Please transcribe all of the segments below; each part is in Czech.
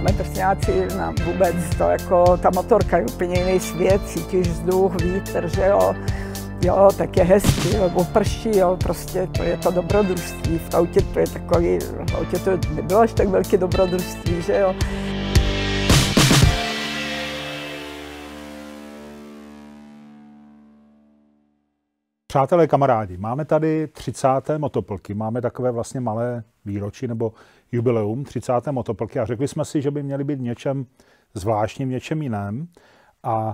jsme drsňáci, nám vůbec to jako, ta motorka je úplně jiný svět, cítíš vzduch, vítr, že jo. Jo, tak je hezky, jo, oprší, jo, prostě to je to dobrodružství. V autě to je takový, v autě to nebylo až tak velké dobrodružství, že jo. Přátelé, kamarádi, máme tady 30. motoplky, máme takové vlastně malé výročí nebo jubileum 30. motoplky a řekli jsme si, že by měly být něčem zvláštním, něčem jiném a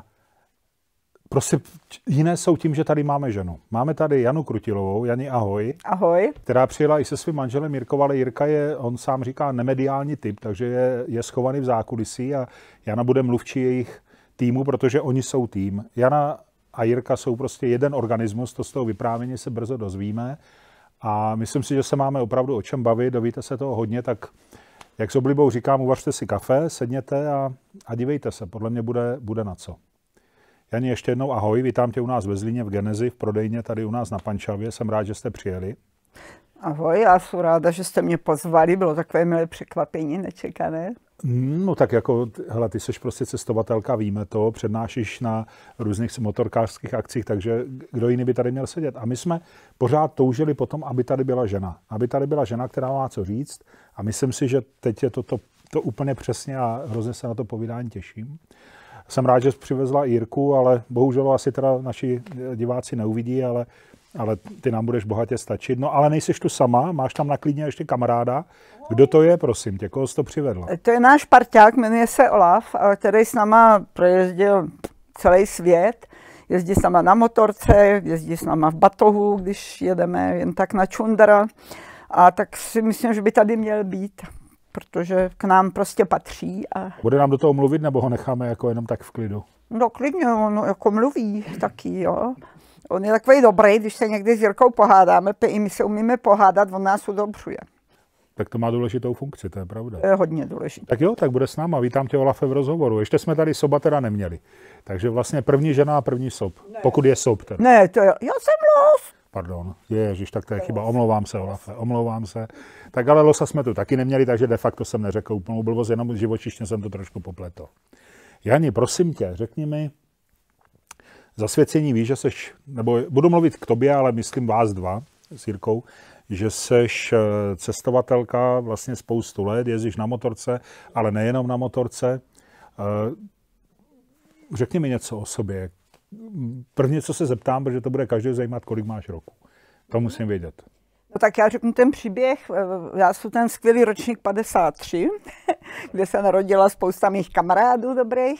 prostě jiné jsou tím, že tady máme ženu. Máme tady Janu Krutilovou. Jani, ahoj. Ahoj. Která přijela i se svým manželem Jirkou, ale Jirka je, on sám říká, nemediální typ, takže je schovaný v zákulisí a Jana bude mluvčí jejich týmu, protože oni jsou tým. Jana a Jirka jsou prostě jeden organismus, to z toho vyprávění se brzo dozvíme a myslím si, že se máme opravdu o čem bavit, dovíte se toho hodně, tak jak s oblibou říkám, uvařte si kafe, sedněte a dívejte se, podle mě bude na co. Jani, ještě jednou ahoj, vítám tě u nás ve Zlíně v Genezi, v prodejně tady u nás na Pančavě, jsem rád, že jste přijeli. Ahoj, já jsem ráda, že jste mě pozvali, bylo takové milé překvapení, nečekané. No tak jako, hele, ty jsi prostě cestovatelka, víme to, přednášíš na různých motorkářských akcích, takže kdo jiný by tady měl sedět. A my jsme pořád toužili potom, aby tady byla žena. Aby tady byla žena, která má co říct a myslím si, že teď je to úplně přesně a hrozně se na to povídání těším. Jsem rád, že jsi přivezla Jirku, ale bohužel asi teda naši diváci neuvidí, ale ty nám budeš bohatě stačit. No ale nejseš tu sama, máš tam na klíně ještě kamaráda. Kdo to je, prosím tě, koho jsi to přivedla? To je náš parťák, jmenuje se Olaf, který s náma projezdil celý svět. Jezdí s náma na motorce, jezdí s náma v batohu, když jedeme jen tak na čundra. A tak si myslím, že by tady měl být, protože k nám prostě patří. A... Bude nám do toho mluvit, nebo ho necháme jako jenom tak v klidu? No klidně, on jako mluví taky, jo. On je takový dobrý, když se někdy s Jirkou pohádáme, i my se umíme pohádat, on nás udobřuje. Tak to má důležitou funkci, to je pravda. To je hodně důležité. Tak jo, tak bude s náma. Vítám tě, Olafe, v rozhovoru. Ještě jsme tady soba teda neměli. Takže vlastně první žena a první sob. Ne. Pokud je sob teda. Ne, to je, já jsem los. Pardon, ježiš, tak to je chyba. Omlouvám se, Olafe, omlouvám se. Tak ale losa jsme tu taky neměli, takže de facto jsem neřekl úplnou blbost, jenom živočišně jsem to trošku popletl. Jani, prosím tě, řekni mi, zasvěcení víš, že seš, nebo budu mluvit k tobě, ale myslím vás dva s Jirkou, že seš cestovatelka vlastně spoustu let, jezdíš na motorce, ale nejenom na motorce. Řekni mi něco o sobě. Prvně, co se zeptám, protože to bude každý zajímat, kolik máš roku. To musím vědět. No tak já řeknu ten příběh. Já jsem ten skvělý ročník 53, kde se narodila spousta mých kamarádů dobrých.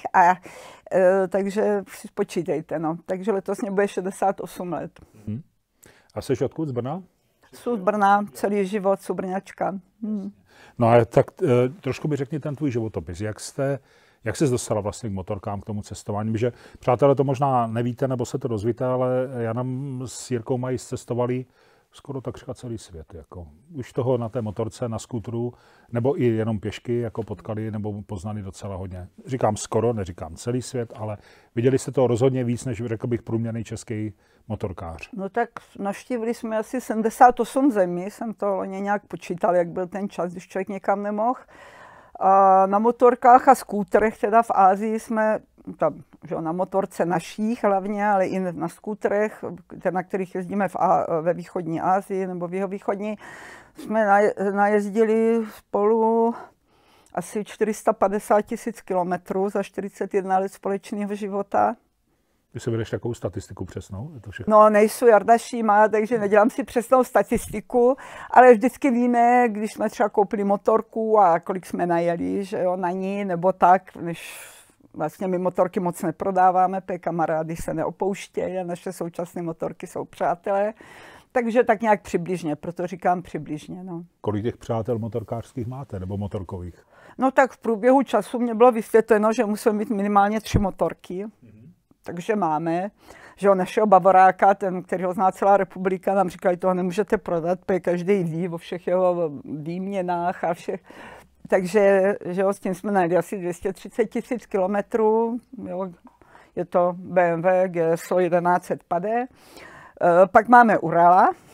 Takže si spočítejte, no. Takže letos mě bude 68 let. A jsi odkud, z Brna? Jsem z Brna, celý život, jsem Brňačka. No a tak trošku mi řekni ten tvůj životopis. Jak jsi dostala vlastně k motorkám, k tomu cestování? Že přátelé to možná nevíte, nebo se to dozvíte, ale Jana s Jirkou mají cestovali skoro takřka celý svět. Jako. Už toho na té motorce, na skútru, nebo i jenom pěšky jako potkali, nebo poznali docela hodně. Říkám skoro, neříkám celý svět, ale viděli jste to rozhodně víc, než řekl bych průměrný český motorkář. No tak navštívili jsme asi 78 zemí, jsem to loni nějak počítal, jak byl ten čas, když člověk někam nemohl. A na motorkách a skúterech, teda v Ázii jsme, tam, že na motorce našich hlavně, ale i na skúterech, na kterých jezdíme ve východní Asii nebo v jihovýchodní, jsme najezdili spolu asi 450 000 kilometrů za 41 let společného života. Ty si vedeš takovou statistiku přesnou? Je to všechno? No, nejsou Jarda Šíma, takže nedělám si přesnou statistiku, ale vždycky víme, když jsme třeba koupili motorku a kolik jsme najeli, že jo, na ní, nebo tak, než vlastně my motorky moc neprodáváme, protože kamarády se neopouštějí a naše současné motorky jsou přátelé. Takže tak nějak přibližně, proto říkám přibližně. No. Kolik těch přátel motorkářských máte, nebo motorkových? No tak v průběhu času mě bylo vysvětleno, že musíme mít minimálně 3 motorky. Takže máme, že o našeho Bavoráka, ten, který ho zná celá republika, nám říkali, toho nemůžete prodat, protože každý ví o všech jeho výměnách a všech. Takže že jo, s tím jsme najeli asi 230 000 kilometrů. Je to BMW GSO 1100 Pade. Pak máme Urala,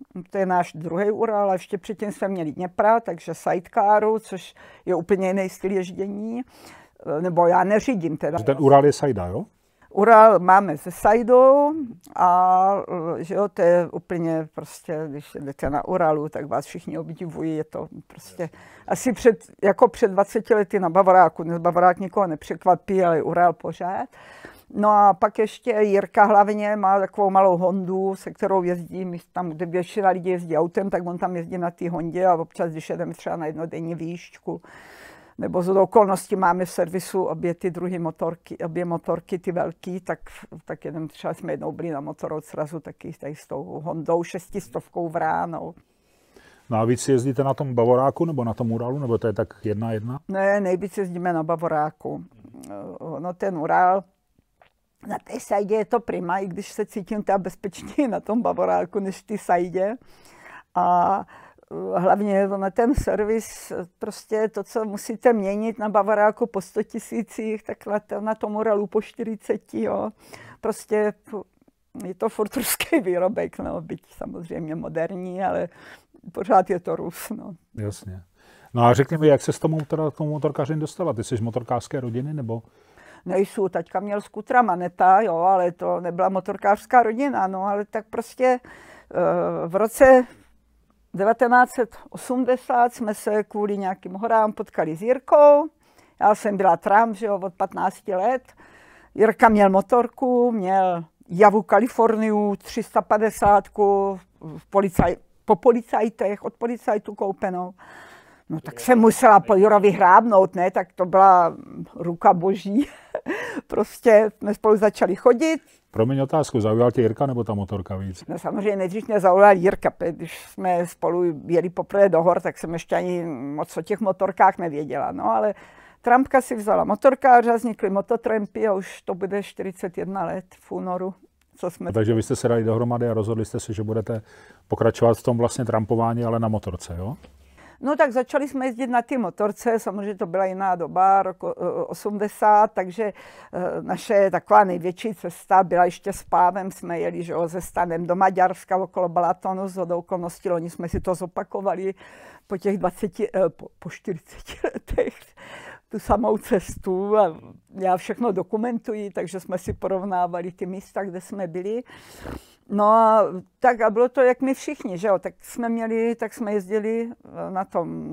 to je náš druhý Ural, a ještě předtím jsme měli Dněpra, takže sidecaru, což je úplně jiný styl ježdění, nebo já neřídím teda. Ten Ural je sajda, jo? Ural máme se sajdou a že jo, to je úplně prostě, když jdete na Uralu, tak vás všichni obdivují, je to prostě asi před 20 lety na Bavoráku, dnes Bavorák nikoho nepřekvapí, ale Ural pořád. No a pak ještě Jirka hlavně má takovou malou Hondu, se kterou jezdí, tam, kde většina lidí jezdí autem, tak on tam jezdí na té Hondě a občas, když jedeme třeba na jednodenní výšku, nebo z okolností máme v servisu obě motorky, ty velký, tak jedem, třeba jsme jednou byli na motoru srazu taky tady s tou Hondou 600 vránou. No a víc jezdíte na tom Bavoráku nebo na tom Uralu, nebo to je tak 1:1? Ne, nejvíc jezdíme na Bavoráku. No ten Ural, na té sajdě je to prima, i když se cítím teda bezpečněji na tom Bavoráku než v té sajdě. A hlavně na ten servis, prostě to, co musíte měnit na Bavoráku po 100 000, tak na tom Uralu po 40, jo. Prostě je to furt ruský výrobek, no, byť samozřejmě moderní, ale pořád je to Rus, no. Jasně. No a řekni mi, jak se s tomu motorkaření dostala? Ty jsi z motorkářské rodiny, nebo? Nejsou, taťka měl skutra Maneta, jo, ale to nebyla motorkářská rodina, no, ale tak prostě v roce 1980 jsme se kvůli nějakým horám potkali s Jirkou. Já jsem byla Trump, že jo, od 15 let. Jirka měl motorku, měl Javu Kaliforniu 350 po policajtech, od policajtů koupenou. No tak jsem musela po Jurovi hrábnout, ne, tak to byla ruka boží. Prostě jsme spolu začali chodit. Promiň otázku, zaujal tě Jirka nebo ta motorka víc? No samozřejmě nejdřív mě zaujal Jirka, když jsme spolu jeli poprvé do hor, tak jsem ještě ani moc o těch motorkách nevěděla. No ale Trumpka si vzala motorkáře, vznikly mototrampy a už to bude 41 let v únoru. Co jsme... Takže vy jste se dali dohromady a rozhodli jste se, že budete pokračovat v tom vlastně trampování, ale na motorce, jo? No tak začali jsme jezdit na ty motorce, samozřejmě to byla jiná doba, rok 80, takže naše taková největší cesta byla ještě s Pávem, jsme jeli, že jo, se Stanem do Maďarska okolo Balatonu, z okolností, loni jsme si to zopakovali po těch 40 letech, tu samou cestu a já všechno dokumentuji, takže jsme si porovnávali ty místa, kde jsme byli. No a tak a bylo to jak my všichni, že jo, tak jsme jezdili na tom,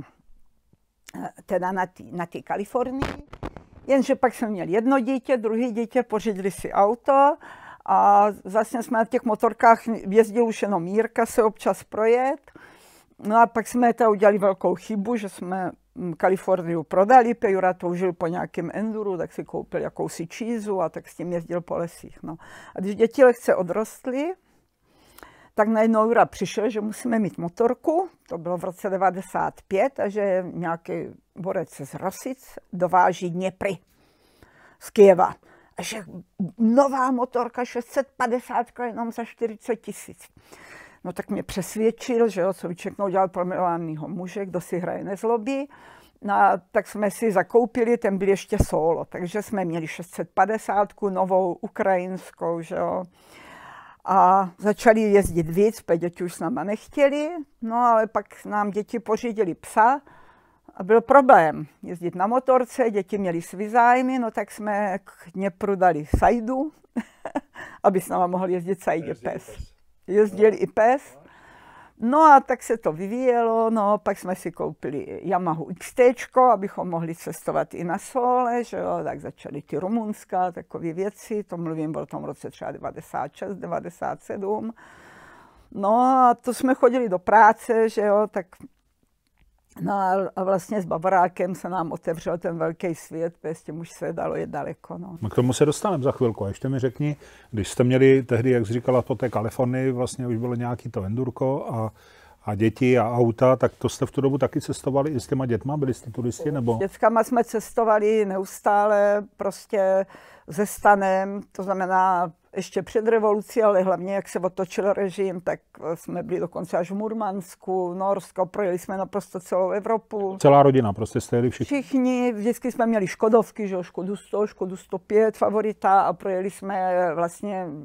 teda na té Kalifornii, jenže pak jsme měli jedno dítě, druhé dítě, pořídili si auto a vlastně jsme na těch motorkách jezdili už jenom Jirka se občas projet. No a pak jsme to udělali velkou chybu, že jsme Kaliforniu prodali, Jura toužil po nějakém enduru, tak si koupil jakousi čízu a tak s tím jezdil po lesích. No. A když děti lehce odrostly, tak najednou Jura přišel, že musíme mít motorku, to bylo v roce 95, a že nějaký borec z Rosic dováží Dněpry z Kyjeva. A že nová motorka 650 jenom za 40 000. No tak mě přesvědčil, že jo, co by všechno udělal pro milovaného muže, kdo si hraje nezlobí. No a tak jsme si zakoupili, ten byl ještě solo, takže jsme měli 650, novou ukrajinskou, že jo. A začali jezdit víc, protože děti už s náma nechtěli, no ale pak nám děti pořídili psa a byl problém jezdit na motorce, děti měly svý zájmy, no tak jsme k Dněpru dali sajdu, aby s náma mohl jezdit sajdě pes. Jezdil i pes. No a tak se to vyvíjelo, no pak jsme si koupili Yamahu XT, abychom mohli cestovat i na sole, že jo, tak začaly ty Rumunska, takové věci, to mluvím o tom roce třeba 96, 97. No a to jsme chodili do práce, že jo, tak no a vlastně s Bavorákem se nám otevřel ten velký svět, s tím už se dalo jet daleko. No. K tomu se dostaneme za chvilku. A ještě mi řekni, když jste měli tehdy, jak jsi říkala, po té Kalifornii, vlastně už bylo nějaký to endurko a děti a auta, tak to jste v tu dobu taky cestovali i s těma dětma? Byli jste turisti? Nebo? S dětskama jsme cestovali neustále prostě se Stanem, to znamená ještě před revolucí, ale hlavně jak se otočil režim, tak jsme byli dokonce až v Murmansku, Norsko, projeli jsme naprosto celou Evropu. Celá rodina, prostě jste jeli všichni? Všichni, vždycky jsme měli Škodovky, že? Škodu 100, Škodu 105, favorita a projeli jsme vlastně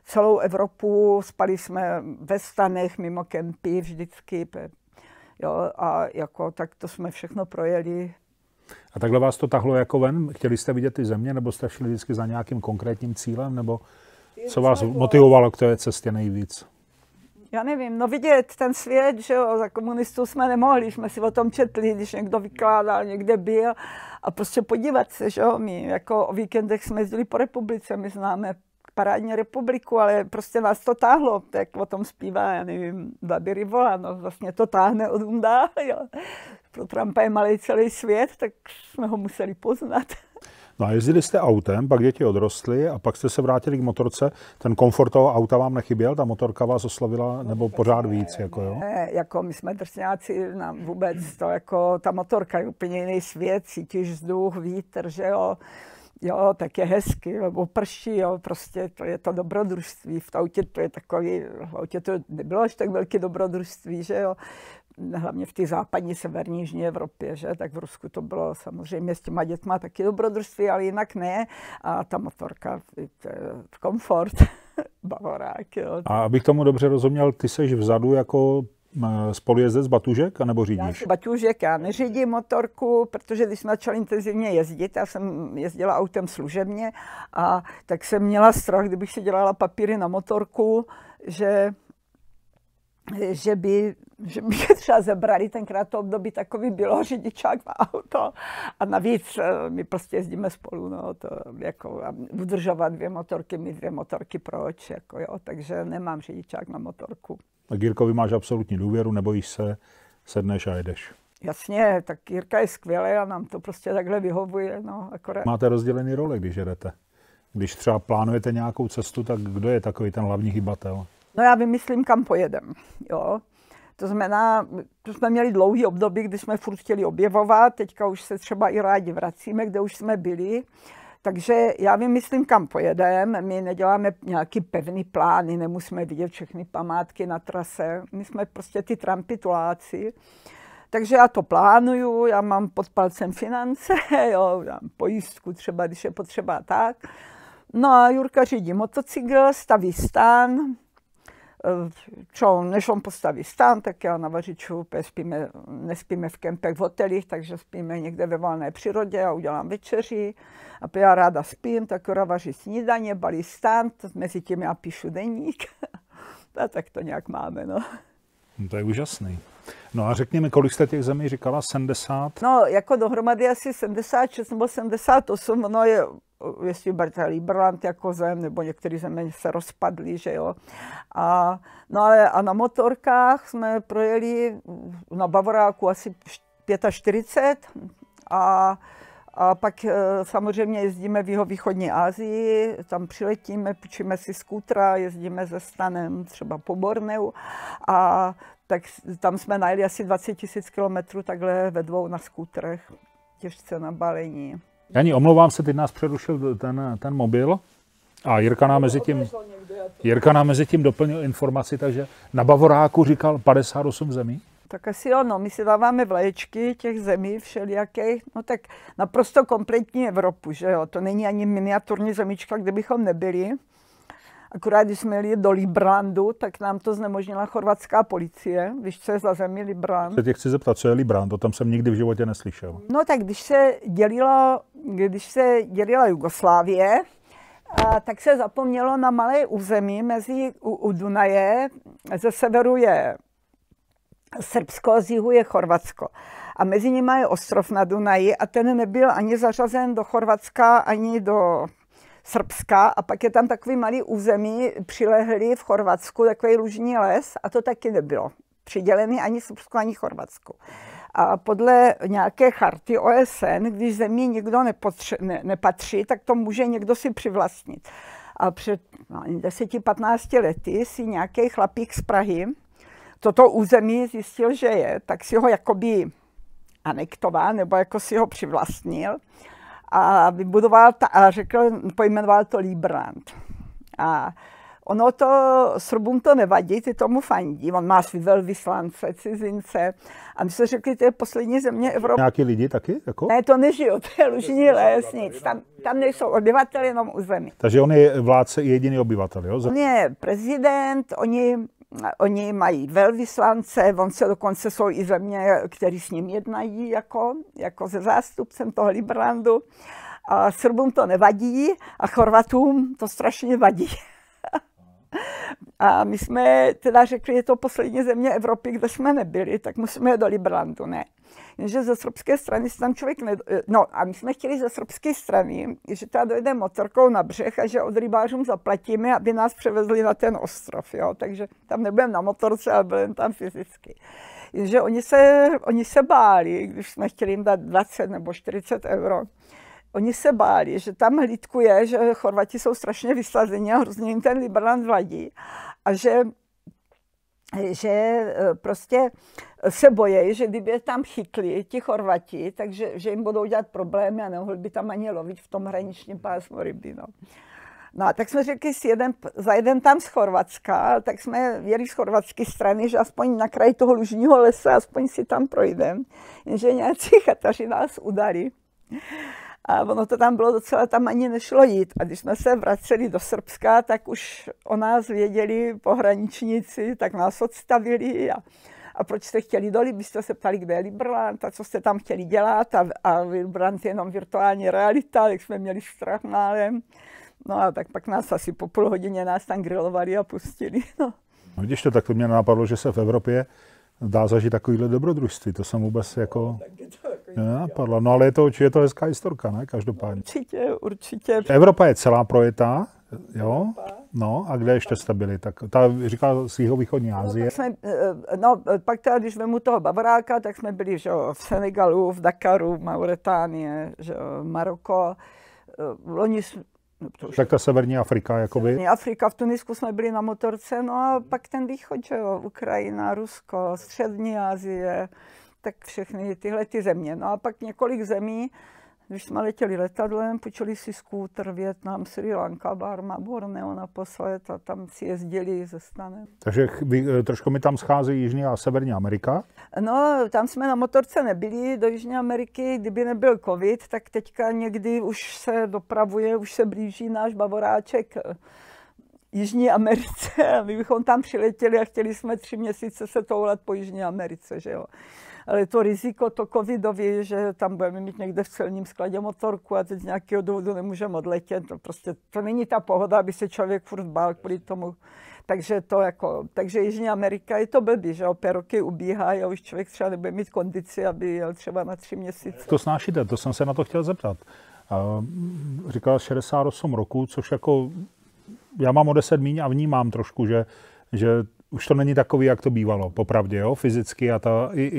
celou Evropu, spali jsme ve stanech, mimo kempy vždycky. Jo, a jako tak to jsme všechno projeli. A takhle vás to tahlo jako ven? Chtěli jste vidět ty země, nebo jste šli vždycky za nějakým konkrétním cílem, nebo co vás motivovalo k té cestě nejvíc? Já nevím, no vidět ten svět, že jo, za komunistů jsme nemohli, jsme si o tom četli, když někdo vykládal, někde byl a prostě podívat se, že jo, my jako o víkendech jsme jezdili po republice, my známe parádní republiku, ale prostě nás to táhlo, jak o tom zpívá, já nevím, Babi Rivola, no vlastně to táhne od unda, jo. Pro Trumpa je malý celý svět, tak jsme ho museli poznat. No a jezdili jste autem, pak děti odrostly a pak jste se vrátili k motorce. Ten komfort toho auta vám nechyběl? Ta motorka vás oslovila nebo pořád víc? Jako, jo? Ne, jako my jsme drsňáci, nám vůbec to jako, ta motorka je úplně jiný svět, cítíš vzduch, vítr, že jo. Jo, tak je hezky, nebo prší, jo, prostě to je to dobrodružství. V autě to je takový, v autě to nebylo až tak velké dobrodružství, že jo. Hlavně v té západní, severní, jižní Evropě, že? Tak v Rusku to bylo samozřejmě s těma dětma taky dobrodružství, ale jinak ne. A ta motorka, komfort, bavorák, jo. A abych tomu dobře rozuměl, ty seš vzadu jako spolujezdec Batužek, anebo řídíš? Batužek, já neřídím motorku, protože když jsme začali intenzivně jezdit, já jsem jezdila autem služebně, a tak jsem měla strach, kdybych si dělala papíry na motorku, že by třeba zebrali, tenkrát to období takový bylo, řidičák má auto a navíc my prostě jezdíme spolu, no, to jako udržovat mít dvě motorky, proč, jako jo, takže nemám řidičák na motorku. A Jirkovi máš absolutní důvěru, nebojíš se, sedneš a jedeš? Jasně, tak Jirka je skvělý a nám to prostě takhle vyhovuje, no, akorát. Máte rozdělený role, když jedete? Když třeba plánujete nějakou cestu, tak kdo je takový ten hlavní hybatel? No já vymyslím, kam pojedem, jo. To znamená, to jsme měli dlouhý období, kdy jsme furt chtěli objevovat, teďka už se třeba i rádi vracíme, kde už jsme byli. Takže já vymyslím, kam pojedeme, my neděláme nějaký pevný plány, nemusíme vidět všechny památky na trase, my jsme prostě ty trampituláci. Takže já to plánuju, já mám pod palcem finance, jo, dám pojistku třeba, když je potřeba tak. No a Jurka řídí motocykl, staví stán. Než on postaví stán, tak já na vařiču nespíme v kempech, v hotelích, takže spíme někde ve volné přírodě a udělám večeři. A já ráda spím, tak Jura vaří snídaně, balí stán, mezi tím já píšu deník. A tak to nějak máme, no. To je úžasný. No a řekněme, kolik jste těch zemí říkala? 70? No, jako dohromady asi 76 nebo 78, no je, jestli berete Liberland jako zem, nebo některé země se rozpadly, že jo. A na motorkách jsme projeli na Bavoráku asi 45 a pak samozřejmě jezdíme v jihovýchodní Asii, tam přiletíme, půjčíme si skútra, jezdíme se stanem třeba po Borneu a tak tam jsme najeli asi 20 000 kilometrů takhle ve dvou na skútrech, těžce na balení. Jani, omlouvám se, teď nás přerušil ten mobil a Jirka nám mezi tím doplnil informaci, takže na Bavoráku říkal 58 zemí. Tak asi ono, my si dáváme vlaječky těch zemí všelijakých, no tak naprosto kompletní Evropu, že jo, to není ani miniaturní zemička, kde bychom nebyli. Akorát, když jsme jeli do Liberlandu, tak nám to znemožnila chorvatská policie. Víš, co je za zemi Liberland? Se tě chci zeptat, co je Liberland, o tom jsem nikdy v životě neslyšel. No tak když se dělila Jugoslávie, tak se zapomnělo na malé území u Dunaje. Ze severu je Srbsko, z jihu je Chorvatsko. A mezi nimi je ostrov na Dunaji a ten nebyl ani zařazen do Chorvatska, ani do Srbska. A pak je tam takový malý území přilehlý v Chorvatsku, takový lužní les a to taky nebylo přidělený ani Srbsku, ani Chorvatsku. A podle nějaké charty OSN, když zemí někdo nepatří, tak to může někdo si přivlastnit. A před 10-15 lety si nějaký chlapík z Prahy toto území zjistil, že je, tak si ho jakoby anektoval, nebo jako si ho přivlastnil a vybudoval a pojmenoval to Liberland. A ono to, Srbům to nevadí, ty tomu fandí, on má svý velvyslance, cizince a my jsme řekli, to je poslední země Evropy. Nějaký lidi taky? Jako? Ne, to nežijou, to je lužní les, nic, tam nejsou obyvatel, jenom území. Takže on je vládce i jediný obyvatel, jo? On je prezident, oni mají velvyslance, on se dokonce jsou i země, které s ním jednají jako se zástupcem toho Liberlandu. A Srbům to nevadí a Chorvatům to strašně vadí. A my jsme teda řekli, je to poslední země Evropy, kde jsme nebyli, tak musíme jít do Liberlandu, ne. Jenže ze srbské strany se tam člověk No a my jsme chtěli ze srbské strany, že teda dojde motorkou na břeh a že od rybářům zaplatíme, aby nás převezli na ten ostrov, jo. Takže tam nebudeme na motorce, ale budeme tam fyzicky. Jenže oni se báli, když jsme chtěli jim dát 20 nebo 40 euro. Oni se báli, že tam hlídkuje, že Chorvati jsou strašně vysazení a hrozně jim ten Liberland vadí a že prostě se bojí, že kdyby je tam chytli ti Chorvati, takže že jim budou dělat problémy a nemohli by tam ani lovit v tom hraničním pásmu ryby. No a tak jsme řekli, zajedeme tam z Chorvatska, tak jsme jeli z chorvatské strany, že aspoň na kraji toho lužního lesa, aspoň si tam projdeme, jenže nějací chataři nás udali. A ono to tam bylo docela, tam ani nešlo jít. A když jsme se vraceli do Srbska, tak už o nás věděli pohraničníci, tak nás odstavili. A proč jste chtěli dolí? Byste se ptali, kde je Liberland a co jste tam chtěli dělat. A Liberland je jenom virtuální realita, tak jsme měli strach málem. No a tak pak nás asi po půl hodině nás tam grilovali a pustili. No. Když to tak mě napadlo, že se v Evropě dá zažít takovýhle dobrodružství. To jsem vůbec jako nenapadlo. No ale je to hezká historka, ne? Každopádně. Určitě. Evropa je celá projetá, jo? No a kde ještě jste byli? Tak ta říkala z jihovýchodní Asie. Pak teda, když vemu toho Bavoráka, tak jsme byli že, v Senegalu, v Dakaru, Mauritánie, že, Maroko. Tak ta severní Afrika, jakoby. Severní Afrika, v Tunisku jsme byli na motorce, no a pak ten východ, že jo, Ukrajina, Rusko, střední Asie, tak všechny tyhle ty země. No a pak několik zemí, když jsme letěli letadlem, půjčili si skútr, Vietnam, Sri Lanka, Barma, Borneo naposled a tam si jezdili ze stanem. Takže trošku mi tam schází Jižní a Severní Amerika? No, tam jsme na motorce nebyli do Jižní Ameriky, kdyby nebyl covid, tak teďka někdy už se dopravuje, už se blíží náš Bavoráček Jižní Americe a my bychom tam přiletěli a chtěli jsme 3 měsíce se toulat po Jižní Americe, že jo. Ale to riziko, to covidový, že tam budeme mít někde v celním skladě motorku a teď z nějakého důvodu nemůžeme odletět, to není ta pohoda, aby se člověk furt bál kvůli tomu. Takže Jižní Amerika je to blbý, že 5 roky ubíhají a už člověk třeba nebude mít kondici, aby jel třeba na 3 měsíce. To snášíte, to jsem se na to chtěl zeptat. Říkala 68 roku, což jako já mám o 10 míň a vnímám trošku, že už to není takový, jak to bývalo, popravdě, jo, fyzicky a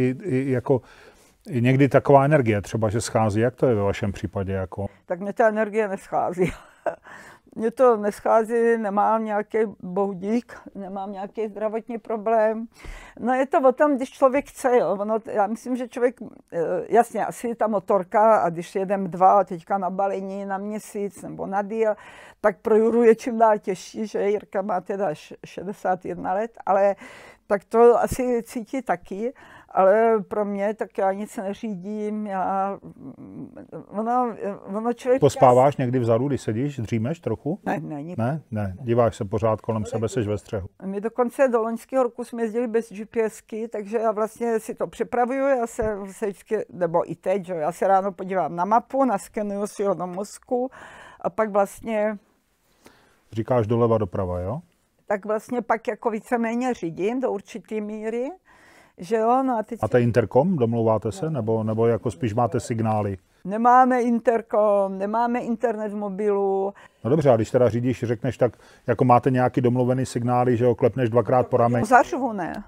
i někdy taková energie třeba, že schází. Jak to je ve vašem případě? Jako? Tak mě ta energie neschází. Mně to neschází, nemám nějaký boudík, nemám nějaký zdravotní problém. No je to o tom, když člověk chce, jo. Já myslím, že člověk, jasně, asi ta motorka a když jedem 2 teďka na balení na měsíc nebo na díl, tak pro Juru je čím dál těžší, že Jirka má teda 61 let, ale tak to asi cítí taky. Ale pro mě, tak já nic neřídím, ono člověk... Pospáváš někdy vzadu, když sedíš, dřímeš trochu? Ne, nic. Ne, díváš se pořád kolem sebe, seš ve střehu. My dokonce do loňského roku jsme jezdili bez GPSky, takže já vlastně si to připravuju, já se vždycky, nebo i teď, že já se ráno podívám na mapu, naskenuju si ho do mozku a pak vlastně... Říkáš doleva, doprava, jo? Tak vlastně pak jako víceméně řídím do určité míry. Že jo, no a teď... Máte interkom, domlouváte se, nebo jako spíš máte signály? Nemáme interkom, nemáme internet v mobilu. No dobře, a když teda řídíš, řekneš tak, jako máte nějaký domluvený signály, že ho klepneš 2krát po rameni? Zařvu ne.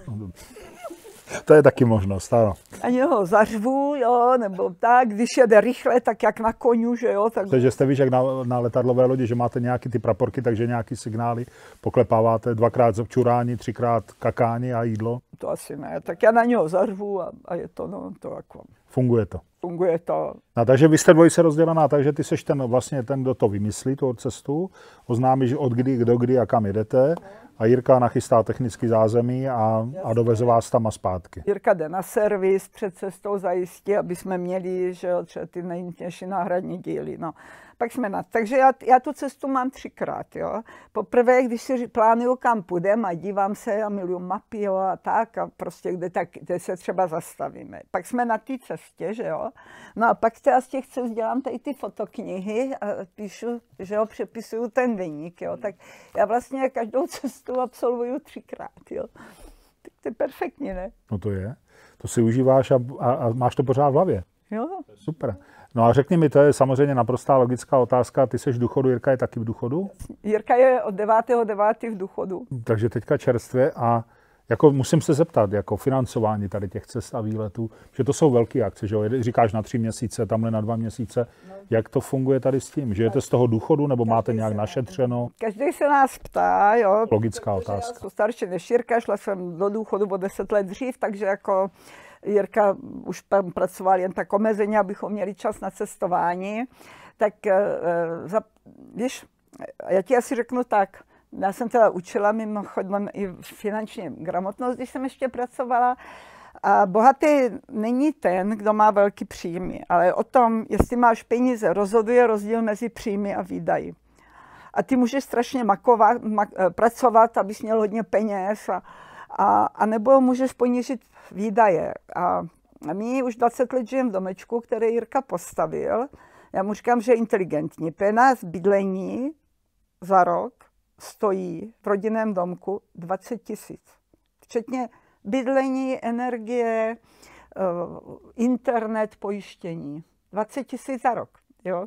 To je taky možnost, ano. Ani ho zařvu, jo, nebo tak, když jede rychle, tak jak na koniu, že jo. Tak... Takže jste víš, jak na letadlové lodi, že máte nějaký ty praporky, takže nějaký signály poklepáváte 2krát čurání, 3krát kakání a jídlo? To asi ne, tak já na něho zařvu a je to, no, to jako... Funguje to? funguje to. A takže vy jste dvojice rozdělená, takže ty seš ten, kdo to vymyslí, tu cestu, oznámí, od kdy, kdo kdy a kam jedete, a Jirka nachystá technický zázemí a doveze vás tam a zpátky. Jirka jde na servis, před cestou zajistí, aby jsme měli, že jo, třeba ty nejnutnější náhradní díly. No. Pak jsme takže já tu cestu mám 3krát. Jo. Poprvé, když si plánuju, kam půjdeme a dívám se a miluju mapy, jo, a tak, a prostě kde se třeba zastavíme. Pak jsme na té cestě, že jo. No a pak z těch cest dělám tady ty fotoknihy a píšu, že jo, přepisuju ten deník, jo. Tak já vlastně každou cestu absolvuju 3krát, jo. Tak to je perfektní, ne? No to je. To si užíváš a máš to pořád v hlavě. Jo. Super. No a řekni mi, to je samozřejmě naprostá logická otázka. Ty jsi v důchodu, Jirka je taky v důchodu? Jirka je od 9.9. v důchodu. Takže teďka čerstvě a jako musím se zeptat, jako financování tady těch cest a výletů, že to jsou velké akce, že jo? Říkáš na 3 měsíce, tamhle na 2 měsíce. Jak to funguje tady s tím? Žijete z toho důchodu nebo máte nějak našetřeno? Každý se nás ptá, jo. Logická otázka. Já jsem starší než Jirka, šla jsem do důchodu o 10 let dřív, takže jako Jirka už tam pracoval jen tak omezeně, abychom měli čas na cestování. Tak víš, já ti asi řeknu tak, já jsem teda učila mimochodem i finanční gramotnost, když jsem ještě pracovala. A bohatý není ten, kdo má velký příjmy, ale o tom, jestli máš peníze, rozhoduje rozdíl mezi příjmy a výdaji. A ty můžeš strašně pracovat, abys měl hodně peněz, a nebo můžeš ponížit výdaje. A my už 20 let žijeme v domečku, který Jirka postavil. Já mu říkám, že je inteligentní. Pro nás bydlení za rok stojí v rodinném domku 20 000. Včetně bydlení, energie, internet, pojištění. 20 000 za rok. Jo?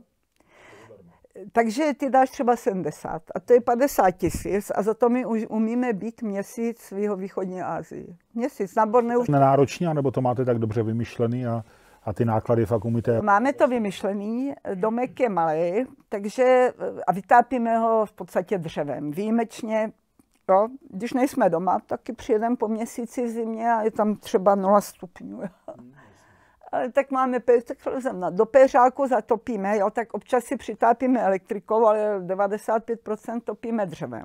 Takže ty dáš třeba 70 a to je 50 000 a za to my už umíme být měsíc v jihovýchodní Asii. Měsíc na Borneu. Nenáročný, anebo to máte tak dobře vymyšlený a ty náklady fakt umíte? Máme to vymyšlený, domek je malý, takže a vytápíme ho v podstatě dřevem. Výjimečně, jo, když nejsme doma, taky přijedeme po měsíci v zimě a je tam třeba 0 stupňů. Ale tak máme, do péřáku zatopíme, jo, tak občas si přitápíme elektrikou, ale 95% topíme dřevem.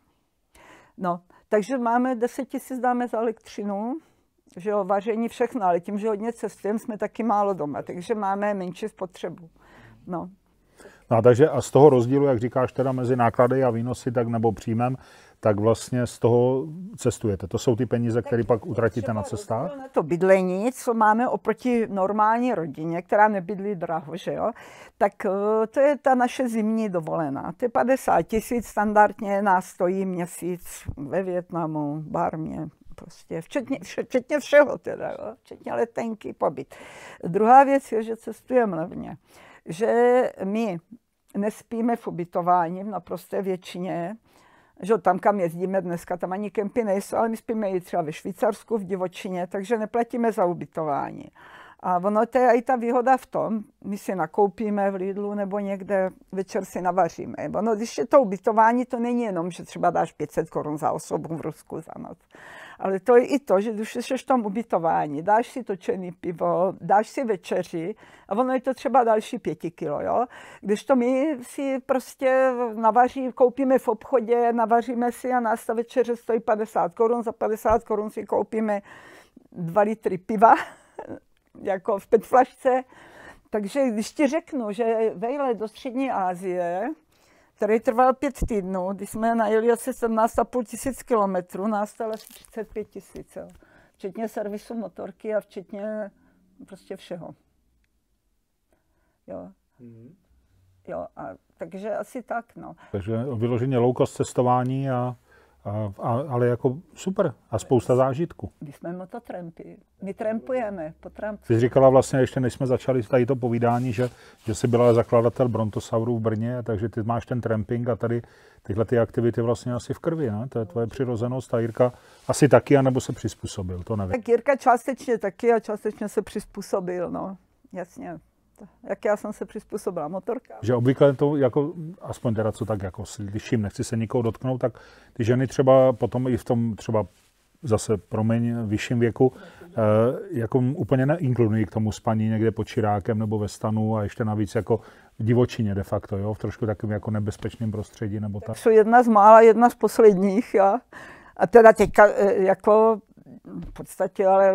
No, takže máme 10 000 dáme za elektřinu, že jo, vaření, všechno, ale tím, že hodně cestujeme, jsme taky málo doma, takže máme menší spotřebu. No. No, takže a z toho rozdílu, jak říkáš, teda mezi náklady a výnosy, tak nebo příjmem, tak vlastně z toho cestujete. To jsou ty peníze, které pak utratíte na cestách? Na to bydlení, co máme oproti normální rodině, která nebydlí draho, že jo, tak to je ta naše zimní dovolená. To je 50 000, standardně nás stojí měsíc ve Vietnamu, Barmě. Prostě, včetně všeho teda, jo? Včetně letenky, pobyt. Druhá věc je, že cestujeme levně. Že my nespíme v ubytování v naprosté většině, že tam, kam jezdíme dneska, tam ani kempy nejsou, ale my spíme i třeba ve Švýcarsku, v divočině, takže neplatíme za ubytování. A ono to je i ta výhoda v tom, my si nakoupíme v Lidlu nebo někde, večer si navaříme. Ono, když je to ubytování, to není jenom, že třeba dáš 500 Kč za osobu v Rusku za noc. Ale to je i to, že když jsi v tom ubytování, dáš si točený pivo, dáš si večeři a ono je to třeba další 5 kilo, jo. Když to my si prostě koupíme v obchodě, navaříme si a nás ta večeře stojí 50 Kč, za 50 Kč si koupíme 2 litry piva, jako v petflašce. Takže když ti řeknu, že vejlet do Střední Asie, který trval 5 týdnů, když jsme najeli asi 17,5 tisíc kilometrů, nás stalo asi 35 000, včetně servisu motorky a včetně prostě všeho. Jo. Jo, takže asi tak, no. Takže vyloženě low cost cestování, ale jako super a spousta zážitků. My jsme mototrampy, my trampujeme po trampu. Ty jsi říkala vlastně, ještě než jsme začali tady to povídání, že jsi byla zakladatel Brontosauru v Brně, takže ty máš ten tramping a tady tyhle ty aktivity vlastně asi v krvi, ne? To je tvoje přirozenost a Jirka asi taky, anebo se přizpůsobil, to nevím. Tak Jirka částečně taky a částečně se přizpůsobil, no, jasně. Jak já jsem se přizpůsobila motorka. Že obvykle to, jako, aspoň teda co tak jako slyším, nechci se nikoho dotknout, tak ty ženy třeba potom i v tom třeba zase, promiň, vyšším věku, jako úplně neinkludují k tomu spaní někde pod Čirákem nebo ve stanu a ještě navíc jako v divočině de facto, jo? V trošku takovým jako nebezpečným prostředí nebo tak. Jsou jedna z mála, jedna z posledních, jo? A teda teďka jako v podstatě, ale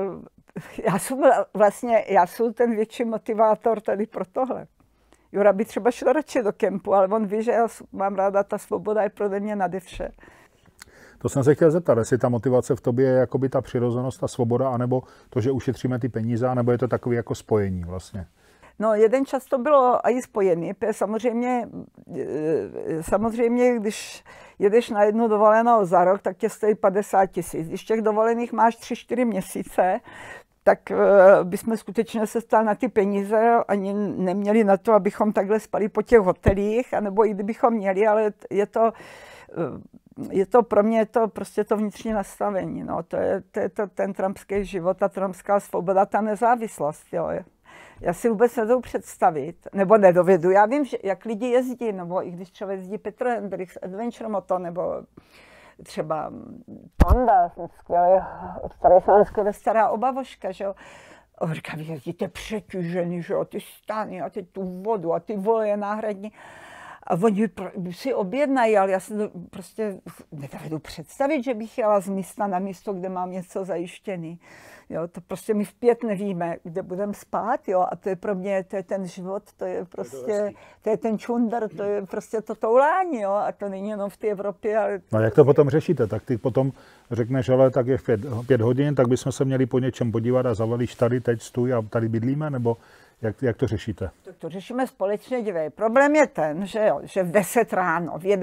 já jsem ten větší motivátor tady pro tohle. Jura by třeba šel radši do kempu, ale on ví, že já mám ráda, ta svoboda je pro mě nade vše. To jsem se chtěl zeptat, jestli ta motivace v tobě je jakoby ta přirozenost, ta svoboda, anebo to, že ušetříme ty peníze, anebo je to takový jako spojení vlastně? No, jeden čas to bylo i spojený. Samozřejmě, když jedeš na jednu dovolenou za rok, tak tě stojí 50 000. Když těch dovolených máš 3-4 měsíce, tak bychom skutečně se stali na ty peníze, ani neměli na to, abychom takhle spali po těch hotelích, anebo i kdybychom měli, ale je to pro mě to prostě to vnitřní nastavení. No. To je ten trumpský život, ta trumpská svoboda, ta nezávislost. Jo. Já si vůbec nedovedu představit, nebo nedovedu. Já vím, že jak lidi jezdí, nebo i když třeba jezdí Petr Hendricks, Adventure Moto, nebo třeba Tonda, stará obavoška, že jo. A on říká, vy jezdíte přetížený, že jo, ty stany a teď tu vodu a ty voleje náhradní. A oni si objednají, ale já si to prostě nedovedu představit, že bych jela z místa na místo, kde mám něco zajištěný. Jo, to prostě my v 5 nevíme, kde budeme spát, jo, a to je pro mě, to je ten život, to je prostě, to je ten čundar, to je prostě to toulání, jo, a to není jenom v té Evropě, ale... No jak to potom řešíte? Tak ty potom řekneš, ale tak je v 5 hodin, tak bychom se měli po něčem podívat a zavalíš tady, teď stůj a tady bydlíme, nebo jak to řešíte? To řešíme společně, dívej. Problém je ten, že v 10 ráno, v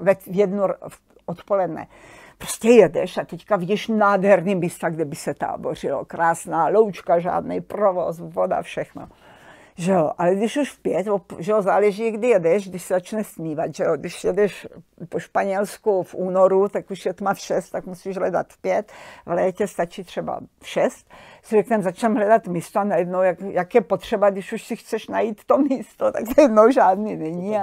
1 odpoledne, prostě jedeš a teďka vidíš nádherný místa, kde by se tábořilo. Krásná loučka, žádný provoz, voda, všechno. Že jo, ale když už v 5, že jo, záleží, kdy jedeš, když se začne snívat, že jo, když jedeš po Španělsku v únoru, tak už je tma v 6, tak musíš hledat v 5, v létě stačí třeba v 6. Si řekneme, začneme hledat místo a najednou, jak je potřeba, když už si chceš najít to místo, tak najednou žádný není.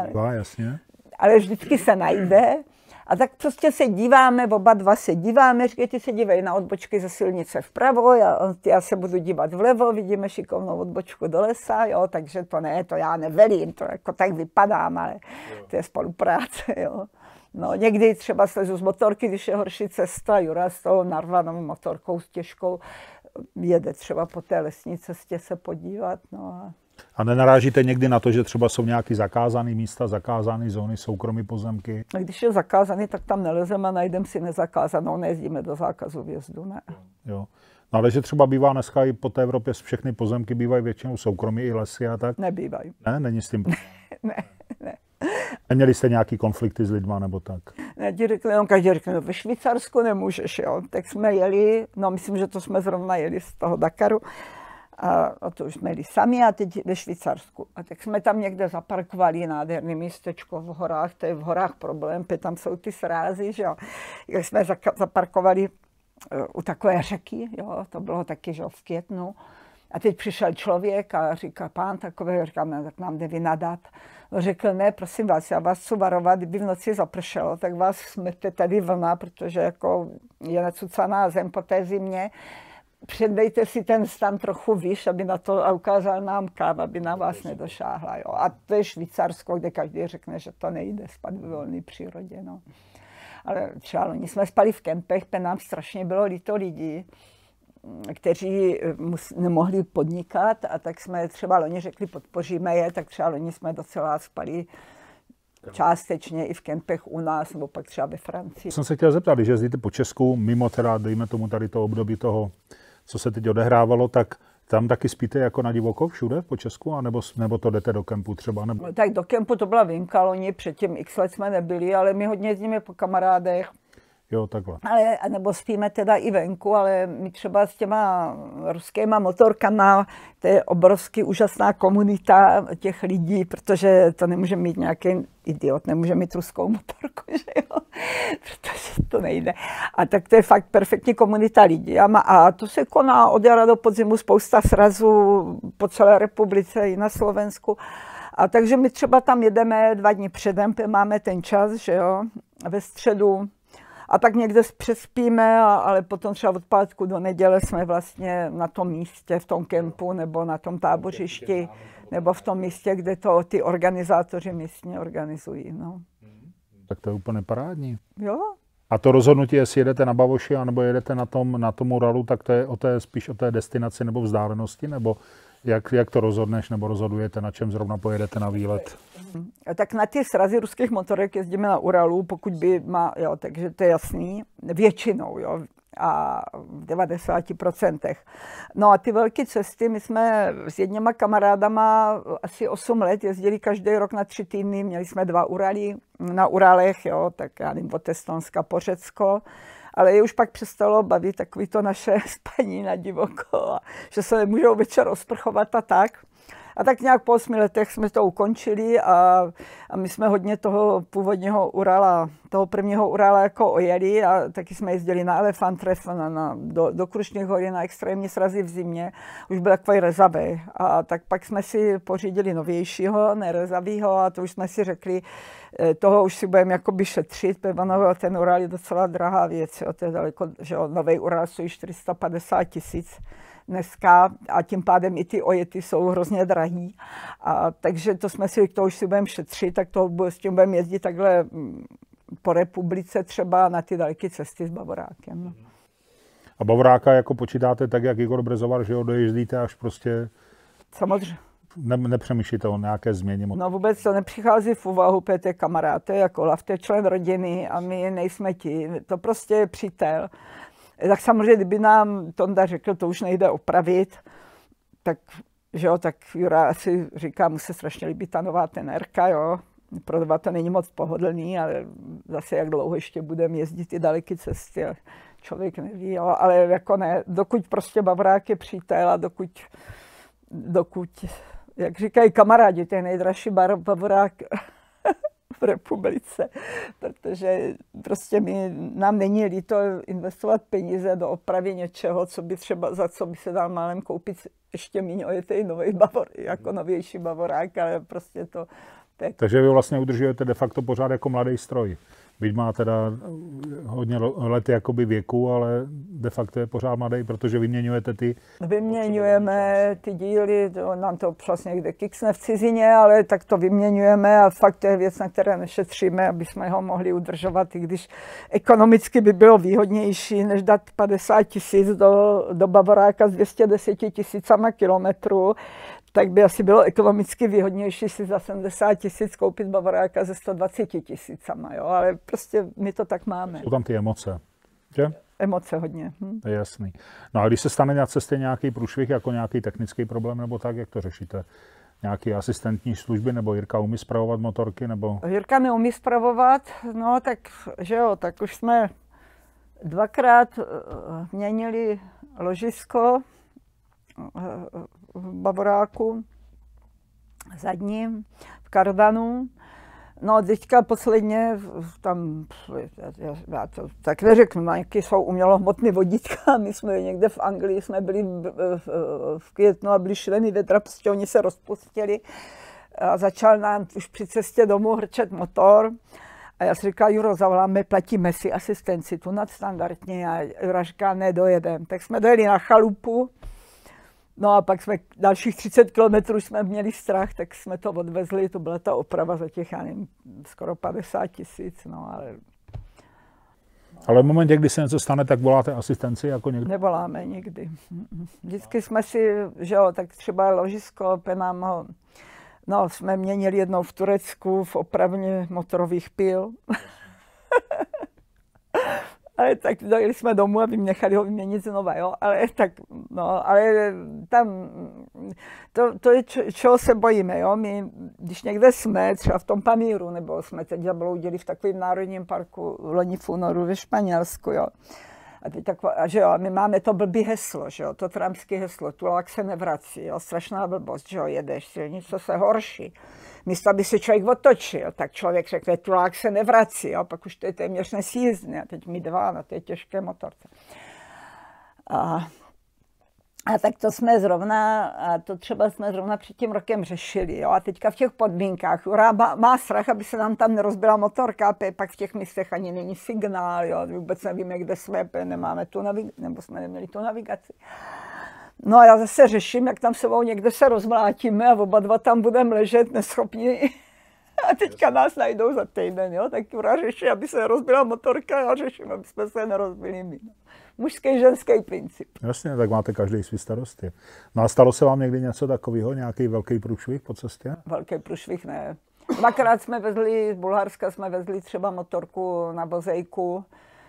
Ale vždycky se najde. A tak prostě se díváme, oba dva se díváme, říkají, ty se dívej na odbočky ze silnice vpravo, já se budu dívat vlevo, vidíme šikovnou odbočku do lesa, jo, takže to já nevelím, to jako tak vypadám, ale to je spolupráce, jo. No, někdy třeba slezu z motorky, když je horší cesta, Jura s tou narvanou motorkou, s těžkou, jede třeba po té lesní cestě se podívat, no. A nenarážíte někdy na to, že třeba jsou nějaké zakázané místa, zakázané zóny, soukromé pozemky? A když je zakázaný, tak tam nelezeme a najdeme si nezakázanou, nejezdíme do zákazu vjezdu, ne. Jo. No ale že třeba bývá dneska i po té Evropě všechny pozemky bývají většinou soukromí i lesy a tak? Nebývají. Ne? Není s tím problém? Ne. Neměli jste nějaký konflikty s lidma nebo tak? Ne, každý řekl, no ve Švýcarsku nemůžeš, jo. Tak jsme jeli, no myslím, že to jsme zrovna jeli z toho Dakaru, a to už jsme jeli sami a teď ve Švýcarsku. A tak jsme tam někde zaparkovali, nádherný místečko v horách, to je v horách problém, tam jsou ty srázy, že jo. Jak jsme zaparkovali u takové řeky, jo, to bylo taky, že jo, v květnu. A teď přišel člověk a říká, pán takový, říkám, tak nám jde vynadat. Řekl, ne, prosím vás, já vás chci varovat, kdyby v noci zapršelo, tak vás smete tady vlna, protože jako je nacucaná zem po té zimě. Předejte si ten stan trochu výš, aby na to a ukázal nám kam, aby na vás nedošáhla. Jo. A to je Švýcarsko, kde každý řekne, že to nejde spát v volné přírodě. No. Ale třeba oni jsme spali v kempech, nám strašně bylo líto lidí, kteří nemohli podnikat, a tak jsme třeba loni řekli, podpoříme je, tak třeba loni jsme docela spali částečně i v kempech u nás, nebo pak třeba ve Francii. Jsem se chtěl zeptat, když jezdíte po Česku, mimo teda, dejme tomu tady to období toho, co se teď odehrávalo, tak tam taky spíte jako na divoko všude po Česku, nebo to jdete do kempu třeba? Nebo... No, tak do kempu to byla výjimka, loni předtím x let jsme nebyli, ale my hodně jezdíme po kamarádech. Jo, takhle. Ale, nebo spíme teda i venku, ale my třeba s těma ruskýma motorkama, to je obrovský úžasná komunita těch lidí, protože to nemůže mít nějaký idiot, nemůže mít ruskou motorku, že jo, protože to nejde. A tak to je fakt perfektní komunita lidí. A to se koná od jara do podzimu spousta srazů po celé republice i na Slovensku. A takže my třeba tam jedeme 2 dny předem, máme ten čas, že jo, ve středu. A tak někde přespíme, ale potom třeba od pátku do neděle jsme vlastně na tom místě, v tom kempu nebo na tom tábořišti, nebo v tom místě, kde to ty organizátoři místně organizují. No. Tak to je úplně parádní. Jo. A to rozhodnutí, jestli jedete na Bavoši, anebo jedete na tom Uralu, tak to je spíš o té destinaci nebo vzdálenosti, nebo jak to rozhodneš, nebo rozhodujete, na čem zrovna pojedete na výlet? Tak na ty srazy ruských motorek jezdíme na Uralu, pokud by má, jo, takže to je jasný, většinou, jo, a v 90%. No a ty velké cesty, my jsme s jedněma kamarádama asi 8 let jezdili každý rok na 3 týdny, měli jsme 2 Uraly na Uralech, jo, tak já nevím, od Estonska po Řecko, ale je už pak přestalo bavit takový to naše spaní na divoko, že se nemůžou večer rozprchovat a tak. A tak nějak po 8 letech jsme to ukončili a my jsme hodně toho původního Urala, toho prvního Urala jako ojeli a taky jsme jezdili na Elefant Tref, do Krušných hory, na extrémní srazy v zimě. Už byl takový rezavý. A tak pak jsme si pořídili novějšího, nerezavýho a to už jsme si řekli, toho už si budeme jakoby šetřit, protože ten Ural je docela drahá věc. Jo. To je daleko, že nový Ural stojí 450 000 dneska a tím pádem i ty ojety jsou hrozně drahý. A takže to jsme si, to už si budeme šetřit, tak to s tím budeme jezdit takhle po republice třeba na ty daleké cesty s bavorákem. A bavoráka jako počítáte tak, jak Igor Brezovar, že ho dojezdíte až prostě... Samozřejmě. Nepřemýšlíte o nějaké změně? No vůbec to nepřichází v úvahu, to je kamarád, to je jako Olaf, to je člen rodiny a my nejsme ti. To prostě je přítel. Tak samozřejmě, kdyby nám Tonda řekl, to už nejde opravit, tak, že jo, tak Jura asi říká, mu se strašně líbí ta nová Tenerka, jo. Pro dva to není moc pohodlný, ale zase jak dlouho ještě budeme jezdit ty daleké cesty, člověk neví, jo. Ale jako ne, dokud prostě bavorák je přítel a dokud, jak říkají kamarádi, to je nejdražší bavorák v republice, protože prostě nám není líto investovat peníze do opravy něčeho, co by třeba, za co by se dal málem koupit ještě méně ojetej nový bavor, jako novější bavorák, ale prostě to... Takže vy vlastně udržujete de facto pořád jako mladý stroj. Byť má teda hodně let jakoby věku, ale de facto je pořád mladý, protože vyměňujete ty... Vyměňujeme ty díly, nám to vlastně někde kiksne v cizině, ale tak to vyměňujeme a fakt to je věc, na které nešetříme, aby jsme ho mohli udržovat, i když ekonomicky by bylo výhodnější, než dát 50 000 do bavoráka s 210 000 kilometrů, tak by asi bylo ekonomicky výhodnější si za 70 000 koupit bavoráka ze 120 000, jo, ale prostě my to tak máme. Jsou tam ty emoce, že? Emoce hodně. To je jasný. No a když se stane na cestě nějaký průšvih, jako nějaký technický problém nebo tak, jak to řešíte? Nějaké asistentní služby, nebo Jirka umí spravovat motorky, nebo? Jirka neumí spravovat, no tak, že jo, tak už jsme 2krát měnili ložisko v bavoráku zadním, v kardanu. No teďka posledně tam, já to tak neřeknu, nějaké jsou umělohmotné vodítka. My jsme někde v Anglii, jsme byli v květnu a byli šílený větra, prostě oni se rozpustili a začal nám už při cestě domů hrčet motor. A já si říkal, Juro, zavoláme, platíme si asistenci tu nadstandardně. A Jura říká, ne, dojedem. Tak jsme dojeli na chalupu. No a pak jsme dalších 30 kilometrů jsme měli strach, tak jsme to odvezli, to byla ta oprava za těch, já nevím, skoro 50 000, no ale... Ale v momentě, kdy se něco stane, tak voláte asistenci jako někdy? Nevoláme nikdy. Vždycky jsme si, že jo, tak třeba ložisko, nám ho, no jsme měnili jednou v Turecku v opravně motorových pil. Ale tak dojeli jsme domů a nechali ho vyměnit znova, jo, ale tak, no, ale tam, to je, čeho se bojíme, jo, my, když někde jsme, třeba v tom Pamíru, nebo jsme teď zabloudili v takovém národním parku loni v únoru ve Španělsku, jo, a teď že jo, my máme to blbý heslo, že jo, to trampské heslo, tulák se nevrací, jo, strašná blbost, že jo, jedeš, silnice se horší. Místo, aby se člověk otočil, tak člověk řekne, tulák se nevrací, jo, pak už to je téměř nesjízdné, a teď mi 2 na té těžké motorce. A tak to jsme zrovna, a to třeba jsme zrovna před tím rokem řešili, jo, a teďka v těch podmínkách, Jura má strach, aby se nám tam nerozbila motorka, pak v těch místech ani není signál, jo, vůbec nevíme, kde jsme, nemáme tu nebo jsme neměli tu navigaci. No a já zase řeším, jak tam sebou někde se rozmlátíme a oba dva tam budeme ležet neschopni. A teďka nás najdou za týden, jo, tak Jura řeší, aby se rozbila motorka, já řeším, aby jsme se nerozbili my. Mužský, ženský princip. Jasně, tak máte každý svý starosti. No a stalo se vám někdy něco takového, nějaký velký průšvih po cestě? Velký průšvih ne. Dvakrát jsme vezli, z Bulharska jsme vezli třeba motorku na vozejku.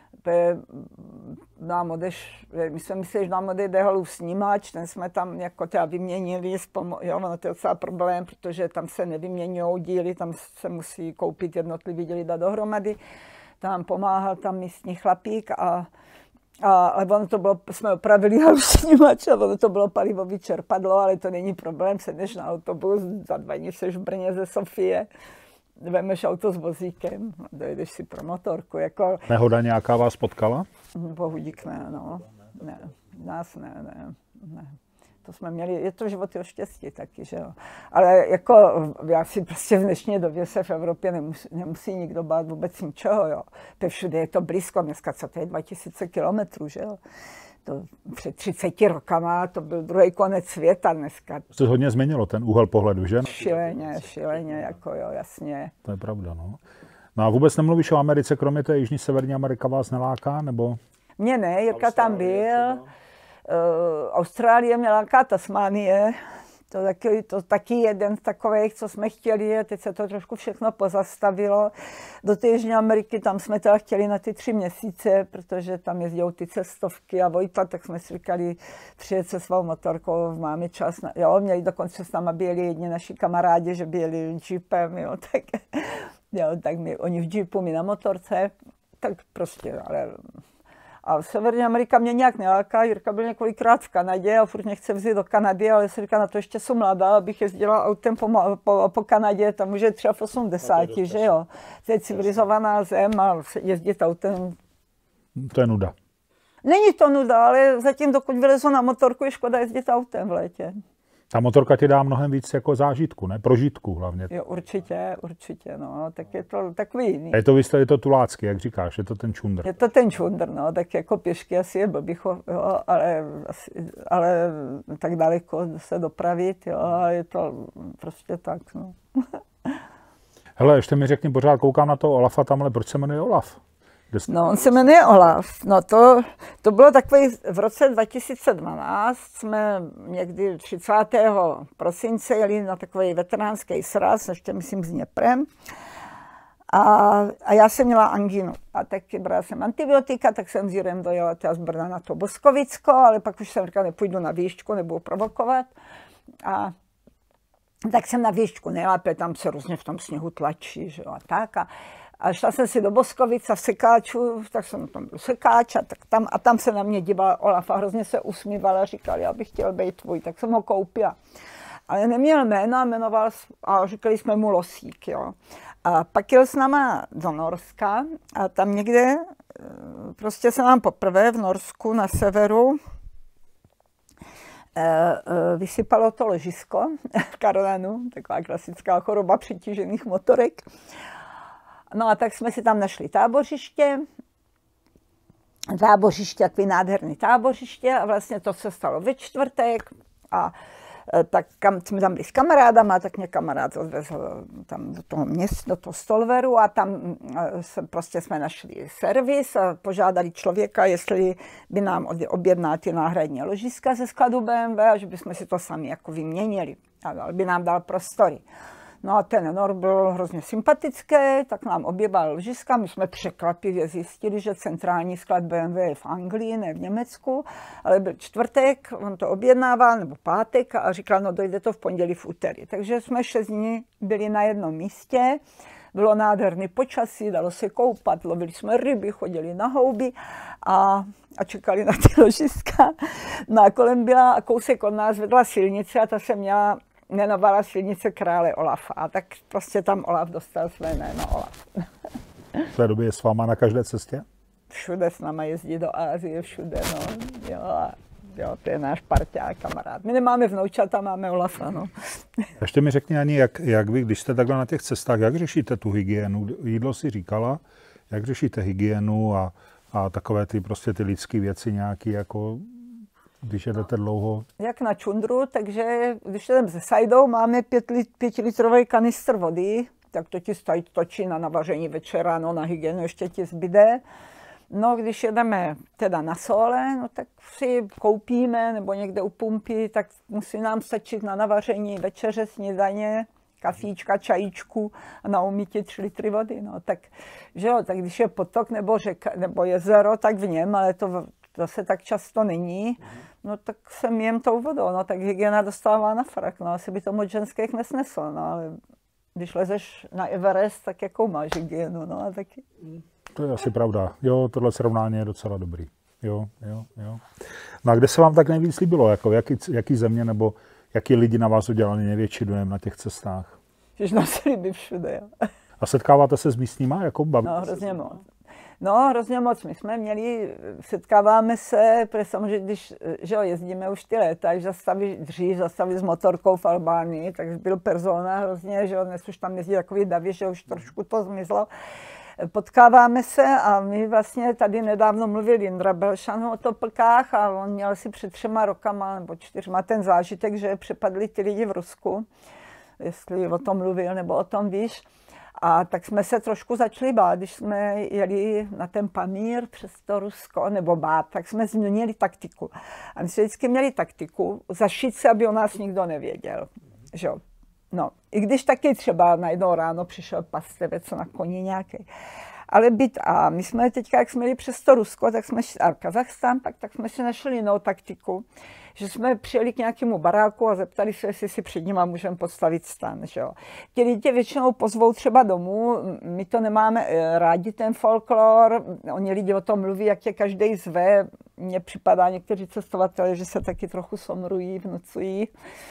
Nám my jsme mysleli, že nám odejde holův snímač, ten jsme tam jako teda vyměnili, jo, ono to je docela problém, protože tam se nevyměňují díly, tam se musí koupit jednotlivý díly, dát dohromady. Tam pomáhal tam místní chlapík ale ono to bylo, jsme opravili snímač a ono to bylo palivový čerpadlo, ale to není problém, sedneš na autobus, za 2 dny jsi v Brně ze Sofie, vemeš auto s vozíkem, dojedeš si pro motorku. Jako... Nehoda nějaká vás potkala? Bohu dík ne, no. Ne, nás ne. To jsme měli, je to život o štěstí taky, že jo. Ale jako já si prostě v dnešní době se v Evropě nemusí nikdo bát vůbec ničeho, jo. To všude je to blízko, dneska co to je 2000 kilometrů, že jo. To před 30 rokama to byl druhý konec světa dneska. To hodně změnilo ten úhel pohledu, že? Šíleně, jako jo, jasně. To je pravda, no. No a vůbec nemluvíš o Americe, kromě té Jižní Severní Amerika vás neláká, nebo? Mně ne, Jirka tam byl. Austrálie mě láká, Tasmánie. To taky jeden z takových, co jsme chtěli, a teď se to trošku všechno pozastavilo. Do té Jižní Ameriky, tam jsme teda chtěli na ty 3 měsíce, protože tam jezdí ty cestovky a Vojta, tak jsme si říkali, přijet se svou motorkou, máme čas. Jo, měli dokonce s náma byli jedni naši kamarádi, že byli jeepem, jo, tak oni v jeepu, my na motorce, tak prostě, ale... A Severní Amerika mě nějak neláká, Jirka byl několikrát v Kanadě a furt mě chce vzít do Kanady, ale se říká, na to ještě jsem mladá, abych jezdila autem po Kanadě, tam už je třeba v 80, že jo. To je civilizovaná zem a jezdit autem. To je nuda. Není to nuda, ale zatím, dokud vylezu na motorku, je škoda jezdit autem v létě. Ta motorka ti dá mnohem víc jako zážitku, ne? Prožitku hlavně. Jo, určitě, no, tak je to takový jiný. Je to tulácky, jak říkáš, je to ten čundr. Je to ten čundr, no, tak jako pěšky asi je blbýcho, jo, ale tak daleko se dopravit, jo, a je to prostě tak, no. Hele, ještě mi řekni, pořád koukám na toho Olafa tamhle, proč se jmenuje Olaf? No, on se jmenuje Olaf. No to bylo takový, v roce 2012 jsme někdy 30. prosince jeli na takový veteránský sraz, ještě myslím s Dněprem. A já jsem měla angínu. A tak brala jsem antibiotika, tak jsem s Jirem dojela z Brna na to Boskovicko, ale pak už jsem říkala, nepůjdu na výšku, nebudu provokovat. A tak jsem na výšku nejela, protože tam se různě v tom sněhu tlačí, že jo, a tak. A šla jsem si do Boskovic a v sekáču, tak jsem tam byl sekáč a tam se na mě díval Olaf a hrozně se usmíval a říkal, já bych chtěl být tvůj, tak jsem ho koupila. Ale neměl jméno, jmenoval a říkali jsme mu Losík, jo. A pak jel s náma do Norska a tam někde prostě se nám poprvé v Norsku na severu vysypalo to ložisko Karlanu, taková klasická choroba přetížených motorek. No a tak jsme si tam našli tábořiště, takový nádherný tábořiště a vlastně to se stalo ve čtvrtek a tak jsme tam byli s kamarádama, tak mě kamarád odvezl tam do toho města, do toho Stolveru a tam prostě jsme našli servis a požádali člověka, jestli by nám objednal ty náhradní ložiska ze skladu BMW a že bychom si to sami jako vyměnili, ale by nám dal prostory. No a ten Nor byl hrozně sympatický, tak nám objednal ložiska. My jsme překvapivě zjistili, že centrální sklad BMW je v Anglii, ne v Německu, ale byl čtvrtek, on to objednával, nebo pátek a říkal, no dojde to v pondělí, v úterý. Takže jsme 6 dní byli na jednom místě, bylo nádherný počasí, dalo se koupat, lovili jsme ryby, chodili na houby a čekali na ty ložiska. No a kolem byla a kousek od nás vedla silnice a ta se jmenovala silnice Krále Olafa. A tak prostě tam Olaf dostal své jméno Olaf. V té době je s váma na každé cestě? Všude s náma jezdí do Asie, všude, no. Jo, Jo, to je náš parťák, kamarád. My nemáme vnoučata, máme Olafa, no. Ještě mi řekni, Ani, jak vy, když jste takhle na těch cestách, jak řešíte tu hygienu? Jídlo si říkala, jak řešíte hygienu a takové ty prostě ty lidské věci nějaký, jako když jedete dlouho? Jak na čundru, takže když jdeme se Sajdou, máme 5-litrový kanistr vody, tak to ti točí na navaření večer, ráno, na hygienu ještě ti zbyde. No, když jedeme teda na sole, no tak si koupíme nebo někde u pumpy, tak musí nám stačit na navaření večeře, snídaně, kafíčka, čajíčku a na umytí 3 litry vody. No, tak, že jo, tak když je potok nebo řeka, nebo jezero, tak v něm, ale to zase tak často není, no tak se myjem tou vodou, no tak hygiena dostává na frak, no asi by to moc ženských nesneslo, no ale když lezeš na Everest, tak jakou máš hygienu, no a taky. To je asi pravda. Jo, tohle srovnání je docela dobrý. Jo. No a kde se vám tak nejvíc líbilo? Jako jaký země nebo jaký lidi na vás udělali největší dojem na těch cestách? Když nás se líbí všude, jo. A setkáváte se s místníma? Jako no, hrozně moc. No, hrozně moc. My jsme měli, setkáváme se, protože samozřejmě, když že jo, jezdíme už ty léta, když dřív zastaví s motorkou v Albánii, tak byl persona hrozně, že jo, dnes už tam jezdí takový davy, že už trošku to zmizlo. Potkáváme se a my vlastně tady nedávno mluvil Jindra Belšan o topelkách a on měl asi před 3 rokama nebo 4 ten zážitek, že přepadli ty lidi v Rusku, jestli o tom mluvil nebo o tom víš. A tak jsme se trošku začali bát, když jsme jeli na ten Pamír přes to Rusko, nebo bát, tak jsme změnili taktiku. A my jsme vždycky měli taktiku zašít se, aby o nás nikdo nevěděl. Že? No, i když taky třeba na jednou ráno přišel pastevec na koni nějaký. Ale a my jsme teďka, jak jsme jeli přes to Rusko, tak jsme a Kazachstán, tak jsme si našli jinou taktiku, že jsme přijeli k nějakému baráku a zeptali se, jestli si před nima můžeme postavit stan. Že jo. Ti lidi většinou pozvou třeba domů, my to nemáme rádi ten folklor, oni lidi o tom mluví, jak tě každý zve, mně připadá někteří cestovatelé, že se taky trochu somrují, vnucují.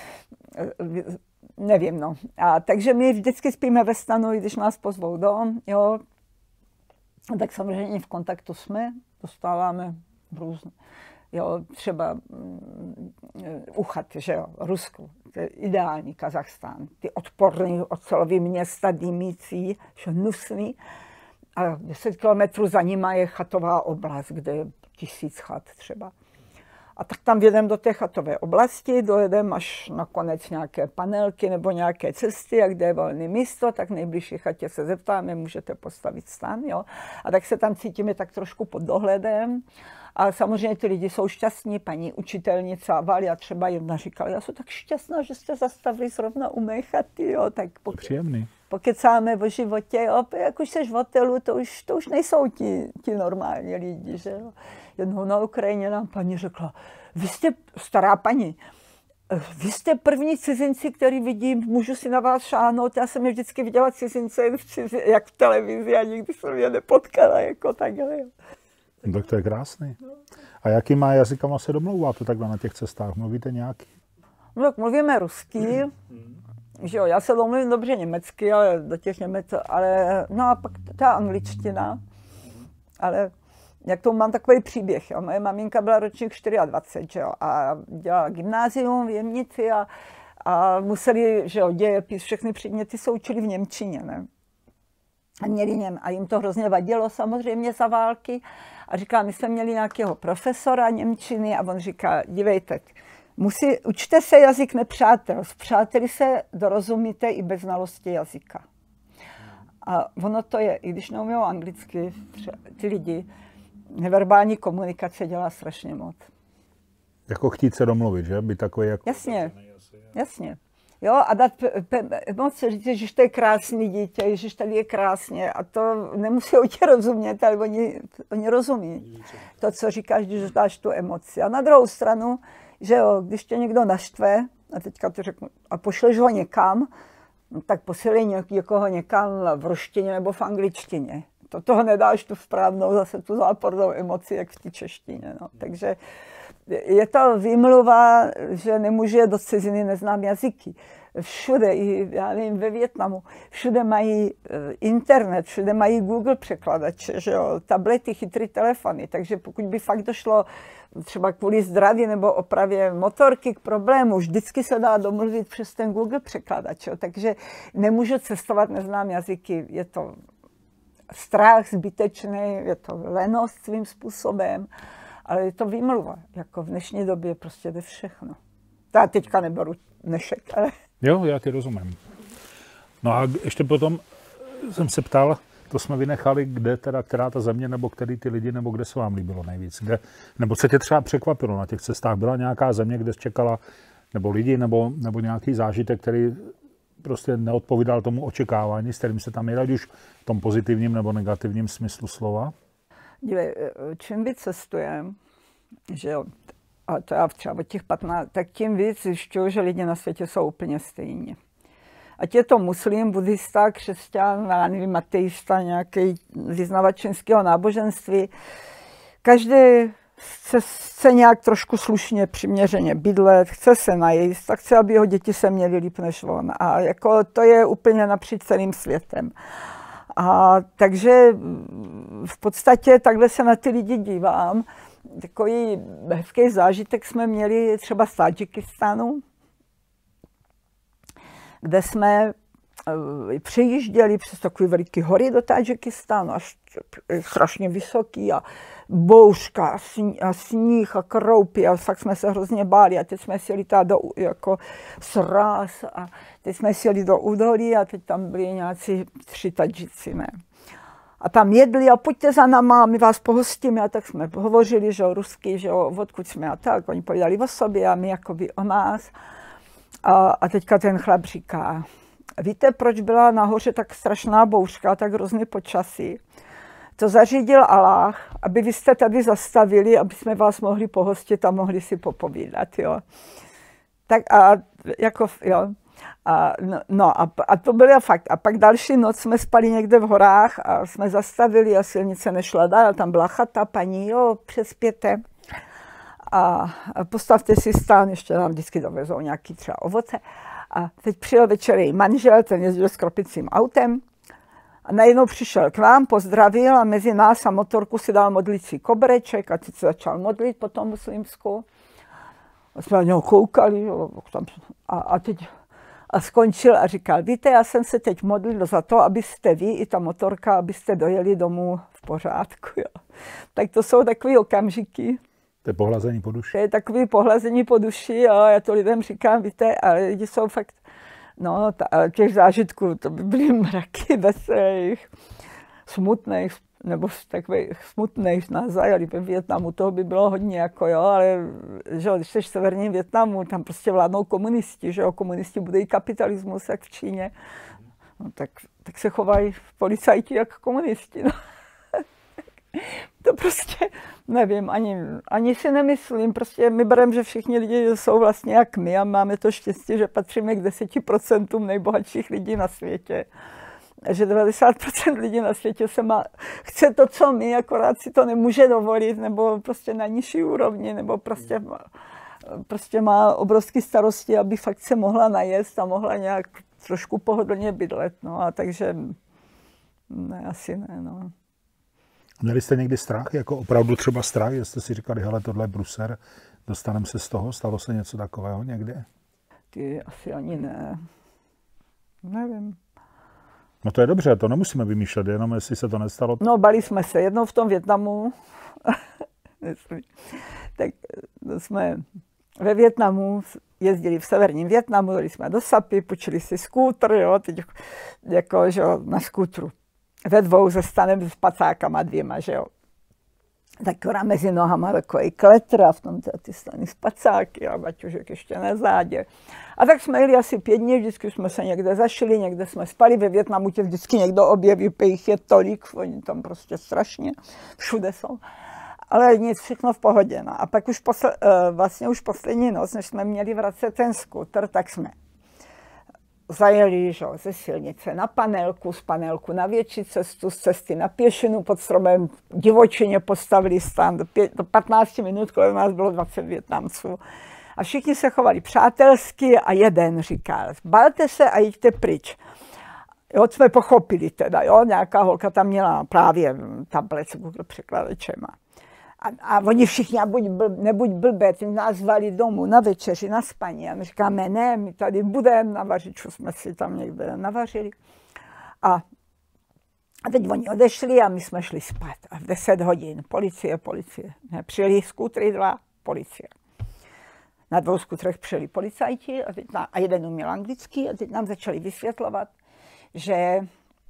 Nevím, no. A takže my vždycky spíme ve stanu, i když nás pozvou dom, jo. Tak samozřejmě v kontaktu jsme, dostáváme různé, jo, třeba Uchat, že jo, Rusko, to je ideální Kazachstán, ty odporné ocelové města dýmící, hnusný. A 10 kilometrů za nima je chatová oblast, kde je 1000 chat třeba. A tak tam jedeme do té chatové oblasti, dojedeme až nakonec nějaké panelky nebo nějaké cesty, a kde je volné místo, tak nejbližší chatě se zeptáme, můžete postavit stan, jo. A tak se tam cítíme tak trošku pod dohledem. A samozřejmě ty lidi jsou šťastní, paní učitelnice Valia třeba jedna říkala, já jsem tak šťastná, že jste zastavili zrovna u mé chaty, jo. Tak příjemný. Pokecáme o životě, jo. Jak už jsi v hotelu, to už nejsou ti normální lidi, že jo. Jednou na Ukrajině nám paní řekla, vy jste, stará paní, vy jste první cizinci, který vidím, můžu si na vás šáhnout, já jsem je vždycky viděla cizince jak v televizi a nikdy jsem je nepotkala, jako takhle. No, tak to je krásný. A jakýma jazykama se domlouváte takhle na těch cestách? Mluvíte nějaký? No tak mluvíme rusky, že jo, já se domluvím dobře německy, ale do těch ale no a pak ta angličtina, ale jak to mám takový příběh, jo. Moje maminka byla ročník 24, že jo, a dělala gymnázium v Jemnici a museli, že jo, dějepis, všechny předměty se učili v němčině, ne? A jim to hrozně vadilo samozřejmě za války. A říká, my jsme měli nějakého profesora němčiny a on říká, dívejte, učte se jazyk nepřátel, s přáteli se dorozumíte i bez znalosti jazyka. A ono to je, i když neumí anglicky, ty lidi, neverbální komunikace dělá strašně moc. Jako chtít se domluvit, že? Být takový jako... Jasně. Jo, a dát moc říct, že to je krásný dítě, že tady je krásně a to nemusí tě rozumět, ale oni rozumí to, co říkáš, když dáš tu emoci. A na druhou stranu, že jo, když tě někdo naštve, a teďka to řeknu, a pošleš ho někam, no, tak posílej někoho někam v ruštině nebo v angličtině. Toho nedáš tu správnou, zase tu zápornou emoci, jak v té češtině. No. Takže je to výmluva, že nemůže do ciziny, neznám jazyky. všude, i já nevím, ve Vietnamu, všude mají internet, všude mají Google překladače, že jo, tablety, chytré telefony, takže pokud by fakt došlo třeba kvůli zdraví nebo opravě motorky k problému, vždycky se dá domluvit přes ten Google překladač, jo, takže nemůžu cestovat, neznám jazyky, je to strach zbytečný, je to lenost svým způsobem, ale je to výmluva, jako v dnešní době prostě jde všechno. Já teďka neberu dnešek, ale... Jo, já ti rozumím. No a ještě potom jsem se ptal, to jsme vynechali, kde teda, která ta země, nebo který ty lidi, nebo kde se vám líbilo nejvíc, kde, nebo co tě třeba překvapilo na těch cestách, byla nějaká země, kde jsi čekala, nebo lidi, nebo nějaký zážitek, který prostě neodpovídal tomu očekávání, s kterým se tam jde, ať už v tom pozitivním nebo negativním smyslu slova? Dívej, čím víc cestujem, že jo, a to já třeba od těch 15, tak tím víc zjišťuju, že lidi na světě jsou úplně stejní. Ať je to muslim, buddhista, křesťan, já nevím, ateista, nějaký vyznavač čínského náboženství. Každý chce nějak trošku slušně, přiměřeně bydlet, chce se najíst a chce, aby jeho děti se měly líp než on. A jako to je úplně napříč celým světem. A takže v podstatě takhle se na ty lidi dívám. Takový hezký zážitek jsme měli třeba z Tadžikistánu, kde jsme přijížděli přes takové veliké hory do Tadžikistánu, až strašně vysoký a bouřka a sníh a kroupy a fakt jsme se hrozně báli a teď jsme sjeli do jako sraz a teď jsme sjeli do údolí a teď tam byli nějací 3 Tadžici, ne. A tam jedli a pojďte za náma, my vás pohostíme a tak jsme hovořili, že o rusky, že o odkud jsme a tak, oni povídali o sobě a my jakoby o nás. A teďka ten chlap říká, víte, proč byla nahoře tak strašná bouřka, tak hrozný počasí? To zařídil Aláh, aby vy jste tady zastavili, aby jsme vás mohli pohostit a mohli si popovídat, jo. Tak a jako, jo. A to bylo fakt. A pak další noc jsme spali někde v horách a jsme zastavili a silnice nešla dál. A tam byla chata, paní, jo, přespěte. A postavte si stán, ještě nám vždycky dovezou nějaký třeba ovoce. A teď přijel večer její manžel, ten jezdil s kropicím autem. A najednou přišel k nám, pozdravil a mezi nás a motorku si dal modlící kobereček a teď se začal modlit po tom muslimsku. A jsme na něho koukali, jo, a skončil a říkal, víte, já jsem se teď modlil za to, abyste vy i ta motorka, abyste dojeli domů v pořádku. Jo. Tak to jsou takové okamžiky. To je pohlazení po duši. To je takové pohlazení po duši, jo, já to lidem říkám, víte, ale lidi jsou fakt, no, těch zážitků, to by byly mraky veselých, smutných, nebo takových smutných nás zajali ve Vietnamu, toho by bylo hodně, jako jo, ale že když jsi v severním Vietnamu, tam prostě vládnou komunisti, že jo, komunisti budují kapitalismus, jak v Číně, no, tak se chovají policajti jak komunisti, no. To prostě nevím, ani si nemyslím, prostě my bereme, že všichni lidi jsou vlastně jak my a máme to štěstí, že patříme k 10% nejbohatších lidí na světě. Že 90% lidí na světě chce to, co my, akorát si to nemůže dovolit, nebo prostě na nižší úrovni, nebo prostě má obrovské starosti, aby fakt se mohla najést a mohla nějak trošku pohodlně bydlet. No a takže ne, asi ne, no. Měli jste někdy strach, jako opravdu třeba strach, že jste si říkali, hele, tohle je bruser, dostaneme se z toho, stalo se něco takového někdy? Ty asi ani ne. Nevím. No to je dobře, to nemusíme vymýšlet, jenom jestli se to nestalo. No, bali jsme se jednou v tom Vietnamu. Tak jsme ve Vietnamu jezdili v severním Vietnamu, jeli jsme do Sapy, půjčili si skútr, jo, teď jako, že jo, na skútru. Ve dvou se stanem s pacákama 2, že jo. Taková mezi nohama takový kletr a v tom ty stany s pacáky a baťužek ještě na zádě. A tak jsme jeli asi 5 dní, vždycky jsme se někde zašili, někde jsme spali. Ve Vietnamu tě vždycky někdo objeví, jich je tolik, oni tam prostě strašně, všude jsou. Ale nic, všechno v pohodě. No. A pak už vlastně už poslední noc, než jsme měli vracet ten skútr, tak jsme zajeli, že, ze silnice na panelku, z panelku na větší cestu, z cesty na pěšinu pod stromem, divočině postavili stan. Do 15 minut kolem nás bylo 20 Vietnamců. A všichni se chovali přátelsky a jeden říkal, balte se a jděte pryč. Jo, jsme pochopili teda, jo, nějaká holka tam měla právě tablet s Google překladačem. A oni všichni, a nebuď blbec, nás zvali domů na večeři, na spaní. A my říkáme, ne, my tady budeme navařit, co jsme si tam někde navařili. A teď oni odešli a my jsme šli spát. A v 10 hodin policie. Přijeli skútry 2, policie. Na 2 skútrech přijeli policajti a jeden uměl anglicky a teď nám začali vysvětlovat, že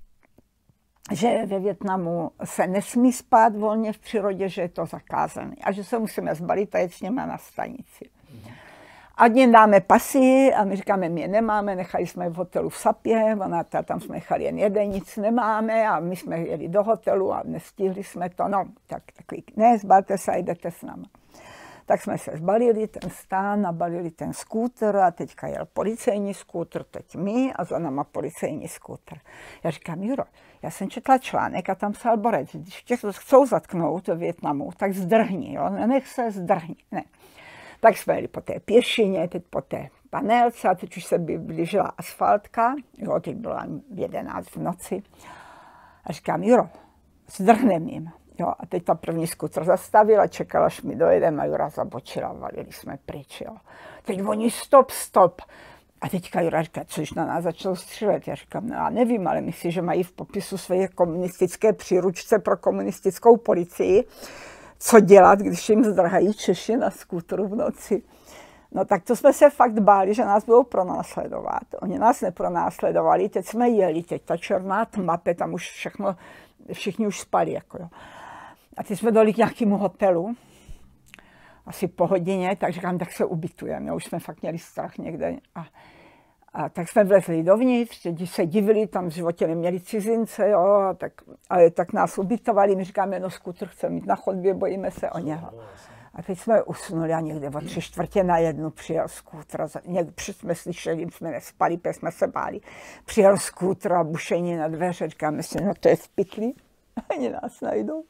ve Vietnamu se nesmí spát volně v přírodě, že je to zakázané a že se musíme zbalit a jet s nimi na stanici. A jim dáme pasy a my říkáme, my je nemáme, nechali jsme v hotelu v Sapě, tam jsme nechali jen jeden, nic nemáme a my jsme jeli do hotelu a nestihli jsme to, no, tak takový, ne, zbalte se a jdete s námi. Tak jsme se zbalili ten stán, nabalili ten skútr a teďka jel policejní skútr, teď my a za náma policejní skútr. Já říkám, Juro, já jsem četla článek a tam psal borec, když tě chcou zatknout ve Vietnamu, tak zdrhni, jo, nech se zdrhni, ne. Tak jsme jeli po té pěšině, teď po té panelce a teď už se blížila asfaltka, jo, teď byla 11 v noci. A říkám, Juro, zdrhnem jim. Jo, a teď ta první skútr zastavila, čekala, až mi dojedeme a Jura zabočila, valili jsme pryč. Jo. Teď oni stop. A teďka Jura říká, což na nás začal střílet. Já říkám, no já nevím, ale myslím, že mají v popisu své komunistické příručce pro komunistickou policii, co dělat, když jim zdrhají Češi na skútru v noci. No tak to jsme se fakt báli, že nás budou pronásledovat. Oni nás nepronásledovali, teď jsme jeli, teď ta černá tma, tam už všechno, všichni už spali. Jako jo. A teď jsme dali k nějakému hotelu, asi po hodině, tak říkám, tak se ubytujeme. Už jsme fakt měli strach někde. A tak jsme vlezli dovnitř, lidi se divili, tam v životě neměli cizince, jo, ale tak nás ubytovali. My říkáme, no skútr chceme mít na chodbě, bojíme se o něho. A teď jsme usnuli a někde o 3/4 přijel skútr. Jsme slyšeli, jsme nespali, protože jsme se báli. Přijel skútr a bušení na dveře, říkáme si, no to je v pytli, ani nás najdou.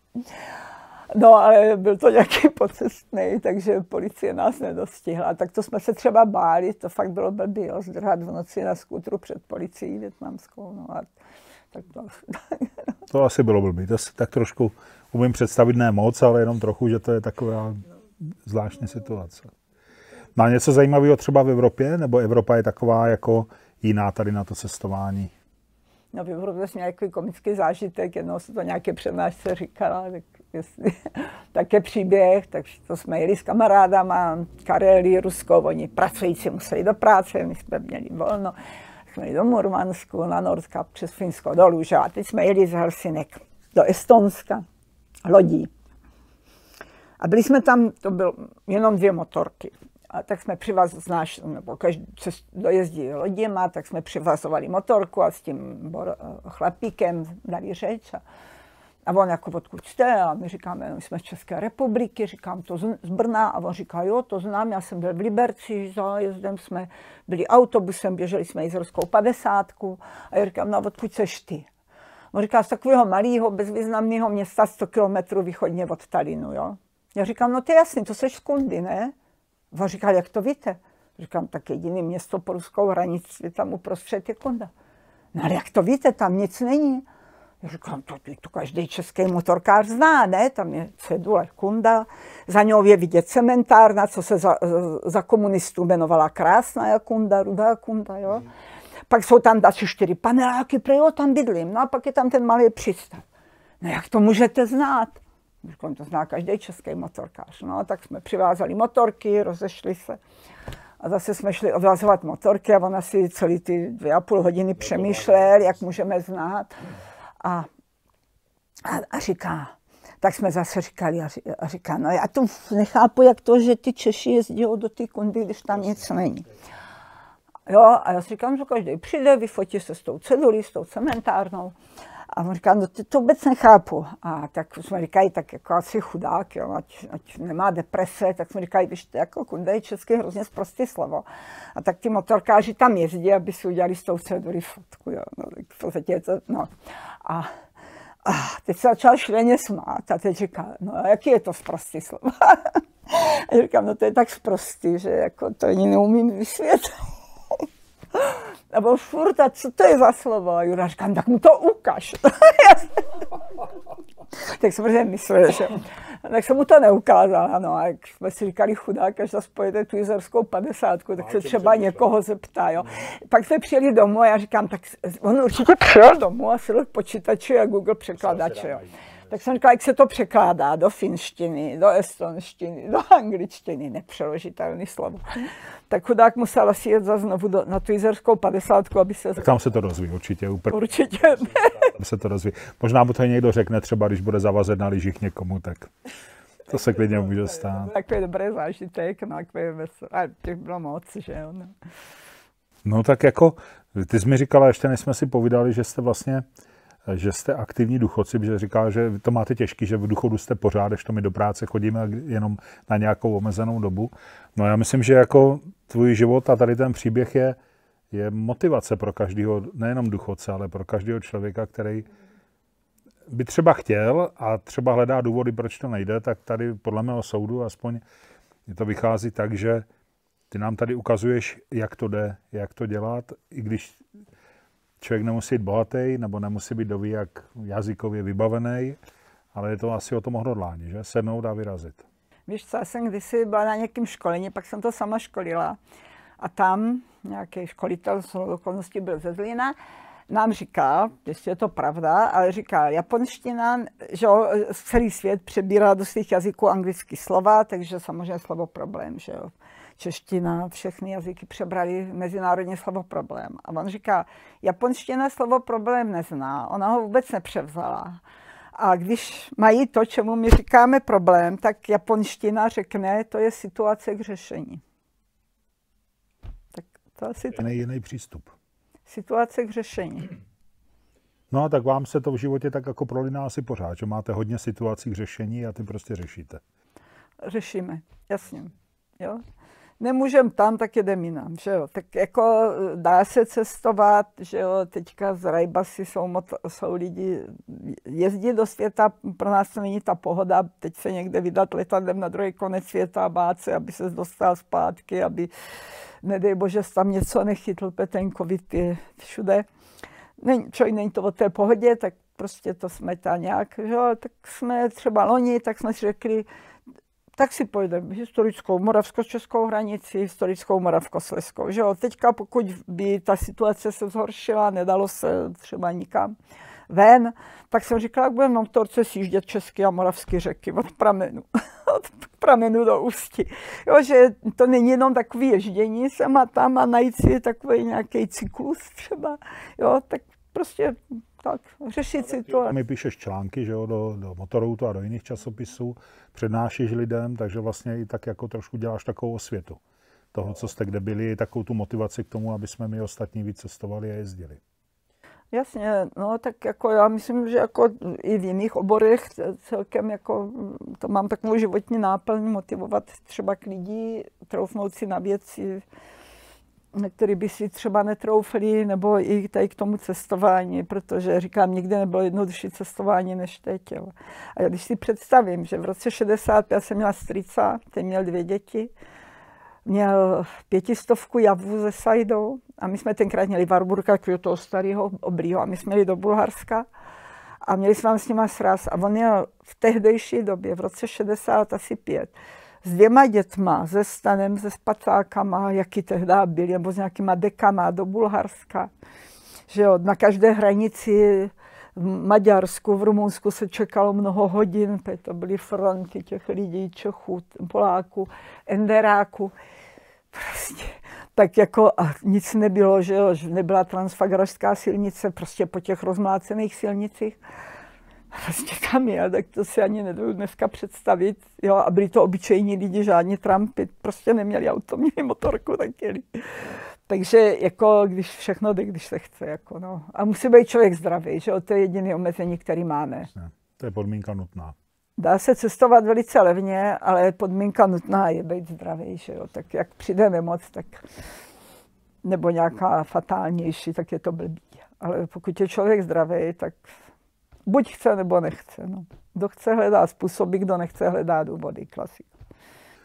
No, ale byl to nějaký pocestný, takže policie nás nedostihla. Tak to jsme se třeba báli, to fakt bylo blbý, jo, zdrhat v noci na skútru před policií vietnamskou. No, a tak to asi bylo blbý, to si tak trošku umím představit, ne moc, ale jenom trochu, že to je taková zvláštní situace. No a něco zajímavého třeba v Evropě, nebo Evropa je taková jako jiná tady na to cestování? No v Evropě jsem měl nějaký komický zážitek, jednou se to nějaké přednášce říkala, tak je příběh, takže to jsme jeli s kamarádama, Karelí, Rusko, oni pracující museli do práce, my jsme měli volno, jsme jeli do Murmansku, na Nordkap, přes Finsko dolů, že? A teď jsme jeli z Helsinek do Estonska, lodí. A byli jsme tam, to bylo jenom 2 motorky. A tak jsme přivazovali, nebo každý dojezdí loděma, tak jsme přivazovali motorku a s tím chlapíkem dali řeč. A on jako, odkud jste? A my říkáme, no, my jsme z České republiky, říkám to z Brna. A on říká, jo, to znám, já jsem byl v Liberci, zájezdem jsme byli autobusem, běželi jsme Jizerskou 50. A já říkám, no odkud seš ty? On říká, z takového malého, bezvýznamného města 100 kilometrů východně od Talinu, jo. Já říkám, no to je jasný, to seš z Kundy, ne? On říkal, jak to víte? Říkám, tak jediné město po ruskou hranici, tam uprostřed je Kunda. No ale jak to víte, tam nic není. Já říkám, to každý český motorkář zná, ne? Tam je cedule Kunda, za něho je vidět cementárna, co se za komunistů jmenovala Krásná Kunda, Rudá Kunda, jo? Pak jsou tam další 4 paneláky, jo, tam bydlím, no a pak je tam ten malý přístav. No jak to můžete znát? To zná každý český motorkář. No, tak jsme přivázali motorky, rozešli se. A zase jsme šli odvazovat motorky a on asi celý ty 2,5 hodiny přemýšlel, jak můžeme znát. A říká, tak jsme zase říkali a říká, no já to nechápu, jak to, že ty Češi jezdí do té Kundy, když tam nic není. Jo, a já si říkám, že každý přijde, vyfotí se s tou cedulí, s tou cementárnou. A on říká, no to vůbec nechápu. A tak jsme říkali, tak jako asi chudák, jo, ať nemá deprese, tak jsme říkali, když to jako Kunda je česky hrozně sprostý slovo. A tak ty motorkáři tam jezdí, aby si udělali s tou cedulí fotku, jo. No, tak v podstatě je to, no. A teď se začal šíleně smát a teď říká, no a jaký je to sprostý slovo? A říkám, no to je tak sprostý, že jako to ani neumím vysvětlit. A byl furt, a co to je za slovo? A Jura říkám, tak mu to ukaž. Tak jsem prostě myslel, že... Tak jsem mu to neukázala, no a jak jsme si říkali chudák, až zase pojede tu jizerskou 50, tak se třeba někoho zeptá, jo. Pak jsme přijeli domů a já říkám, tak on určitě přijel domů a sedl k počítači a Google překladače, jo. Tak jsem říkala, jak se to překládá do finštiny, do estonštiny, do angličtiny, nepřeložitelné slovo. Tak chudák musel asi jet zase znovu na tu jizerskou 50, aby se... Tak tam se to dozví určitě. Určitě. Se to dozví. Možná mu to někdo řekne, třeba když bude zavazet na lyžích někomu, tak to se klidně může stát. Takový dobrý zážitek, no, a těch bylo moc, že jo. No. No tak jako, ty jsi mi říkala, ještě než jsme si povídali, že jste vlastně, že jste aktivní důchodci, protože říkala, že to máte těžký, že v důchodu jste pořád, když to my do práce chodíme jenom na nějakou omezenou dobu. No já myslím, že jako tvůj život a tady ten příběh je motivace pro každého, nejenom důchodce, ale pro každého člověka, který by třeba chtěl a třeba hledá důvody, proč to nejde, tak tady podle mého soudu aspoň to vychází tak, že ty nám tady ukazuješ, jak to jde, jak to dělat, i když člověk nemusí být bohatý, nebo nemusí být doví jak jazykově vybavený, ale je to asi o tom odhodlání, že? Sednout a vyrazit. Víš co, já jsem kdysi byla na nějakém školení, pak jsem to sama školila a tam nějaký školitel, z okolností byl ze Zlína, nám říká, jestli je to pravda, ale říká, japonština, že celý svět přebírá do svých jazyků anglické slova, takže samozřejmě slovo problém, že jo. Čeština, všechny jazyky přebrali mezinárodní slovo problém. A on říká, japonština slovo problém nezná, ona ho vůbec nepřevzala. A když mají to, čemu my říkáme problém, tak japonština řekne, to je situace k řešení. Tak to asi to. Jiný přístup. Situace k řešení. No a tak vám se to v životě tak jako prolíná asi pořád, že máte hodně situací k řešení a ty prostě řešíte. Řešíme, jasně. Jo? Nemůžeme tam, tak jedeme jinam, že jo. Tak jako dá se cestovat, že jo, teďka z Rajbasy jsou lidi, jezdí do světa, pro nás to není ta pohoda, teď se někde vydat letadlem na druhý konec světa a bát se, aby se dostal zpátky, aby, nedej bože, tam něco nechytl, ten covid je všude. Člověk není to o té pohodě, tak prostě to jsme tam nějak, že jo, tak jsme třeba loni, tak jsme si řekli, tak si pojedeme historickou moravsko-českou hranici, historickou moravskoslezskou. Že jo? Teďka, pokud by ta situace se zhoršila, nedalo se třeba nikam ven, tak jsem říkala, jak budeme na motorce sjíždět české a moravské řeky od pramenu. Od pramenu do ústí. Jo, že to není jenom takové ježdění sem a tam a najít si takový nějaký cyklus třeba. Jo, tak prostě tak, řešit situaci. Mi píšeš články, že jo, do Motoroutu a do jiných časopisů, přednášíš lidem, takže vlastně i tak jako trošku děláš takovou osvětu toho, co jste kde byli, takovou tu motivaci k tomu, aby jsme my ostatní víc cestovali a jezdili. Jasně, no tak jako já myslím, že jako i v jiných oborech celkem jako to mám takovou životní náplň motivovat třeba k lidí, troufnout si na věci, který by si třeba netroufli, nebo i tady k tomu cestování, protože říkám, nikdy nebylo jednodušší cestování než teď. Jo. A když si představím, že v roce 65 jsem měla strýca, ten měl 2 děti, měl 500 javů se sajdou a my jsme tenkrát měli Warburga, toho starého oblího, a my jsme jeli do Bulharska a měli jsme s nima sraz. A on měl v tehdejší době, v roce 65, s 2 dětma, se stanem, se spacákama, jaký tehdy byli, nebo s nějakýma dekama do Bulharska. Že jo, na každé hranici v Maďarsku, v Rumunsku se čekalo mnoho hodin, to byly fronty těch lidí, Čechů, Poláků, Enderáků. Prostě tak jako a nic nebylo, že jo, že nebyla transfagaražská silnice, prostě po těch rozmlácených silnicích. Prostě tam je, tak to si ani nedovedu dneska představit. Jo, a byli to obyčejní lidi, žádní Trumpy, prostě neměli auto, měli motorku, tak jeli. Takže jako když všechno jde, když se chce. Jako no. A musí být člověk zdravý, že jo, to je jediné omezení, které máme. To je podmínka nutná. Dá se cestovat velice levně, ale podmínka nutná je být zdravý, že jo. Tak jak přijde nemoc, tak nebo nějaká fatálnější, tak je to blbý. Ale pokud je člověk zdravý, tak buď chce, nebo nechce. No. Kdo chce, hledá způsoby, kdo nechce, hledá důvody. Klasika.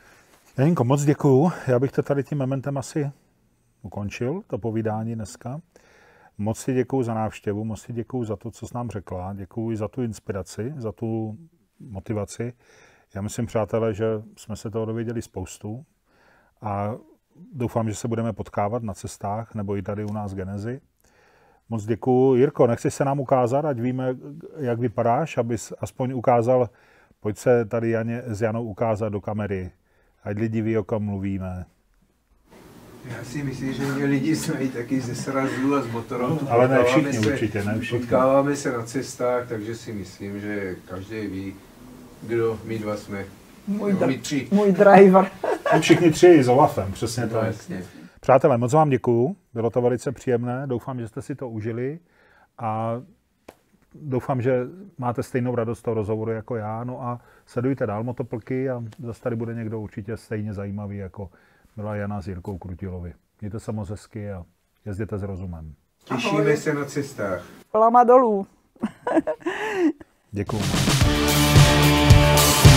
Janinko, moc děkuju. Já bych to tady tím mementem asi ukončil, to povídání dneska. Moc si děkuju za návštěvu, moc si děkuju za to, co jsi nám řekla. Děkuju za tu inspiraci, za tu motivaci. Já myslím, přátelé, že jsme se toho dověděli spoustu a doufám, že se budeme potkávat na cestách nebo i tady u nás v Genezi. Moc děkuju. Jirko, nechceš se nám ukázat, ať víme, jak vypadáš, abys aspoň ukázal, pojď se tady s Janou ukázat do kamery, ať lidi ví, o kom mluvíme. Já si myslím, že mě lidi znají taky ze srazů a z motorů. Ale ne všichni určitě, ne všichni. Potkáváme se na cestách, takže si myslím, že každý ví, kdo my dva jsme. Můj driver. Všichni tři s Olafem, přesně tak. Jasně. Přátelé, moc vám děkuju, bylo to velice příjemné, doufám, že jste si to užili a doufám, že máte stejnou radost z toho rozhovoru jako já, no a sledujte dál Motoplky a zase tady bude někdo určitě stejně zajímavý, jako byla Jana s Jirkou Krutilovi. Mějte se moc hezky a jezděte s rozumem. Těšíme se na cestách. Plama dolů. Děkuju.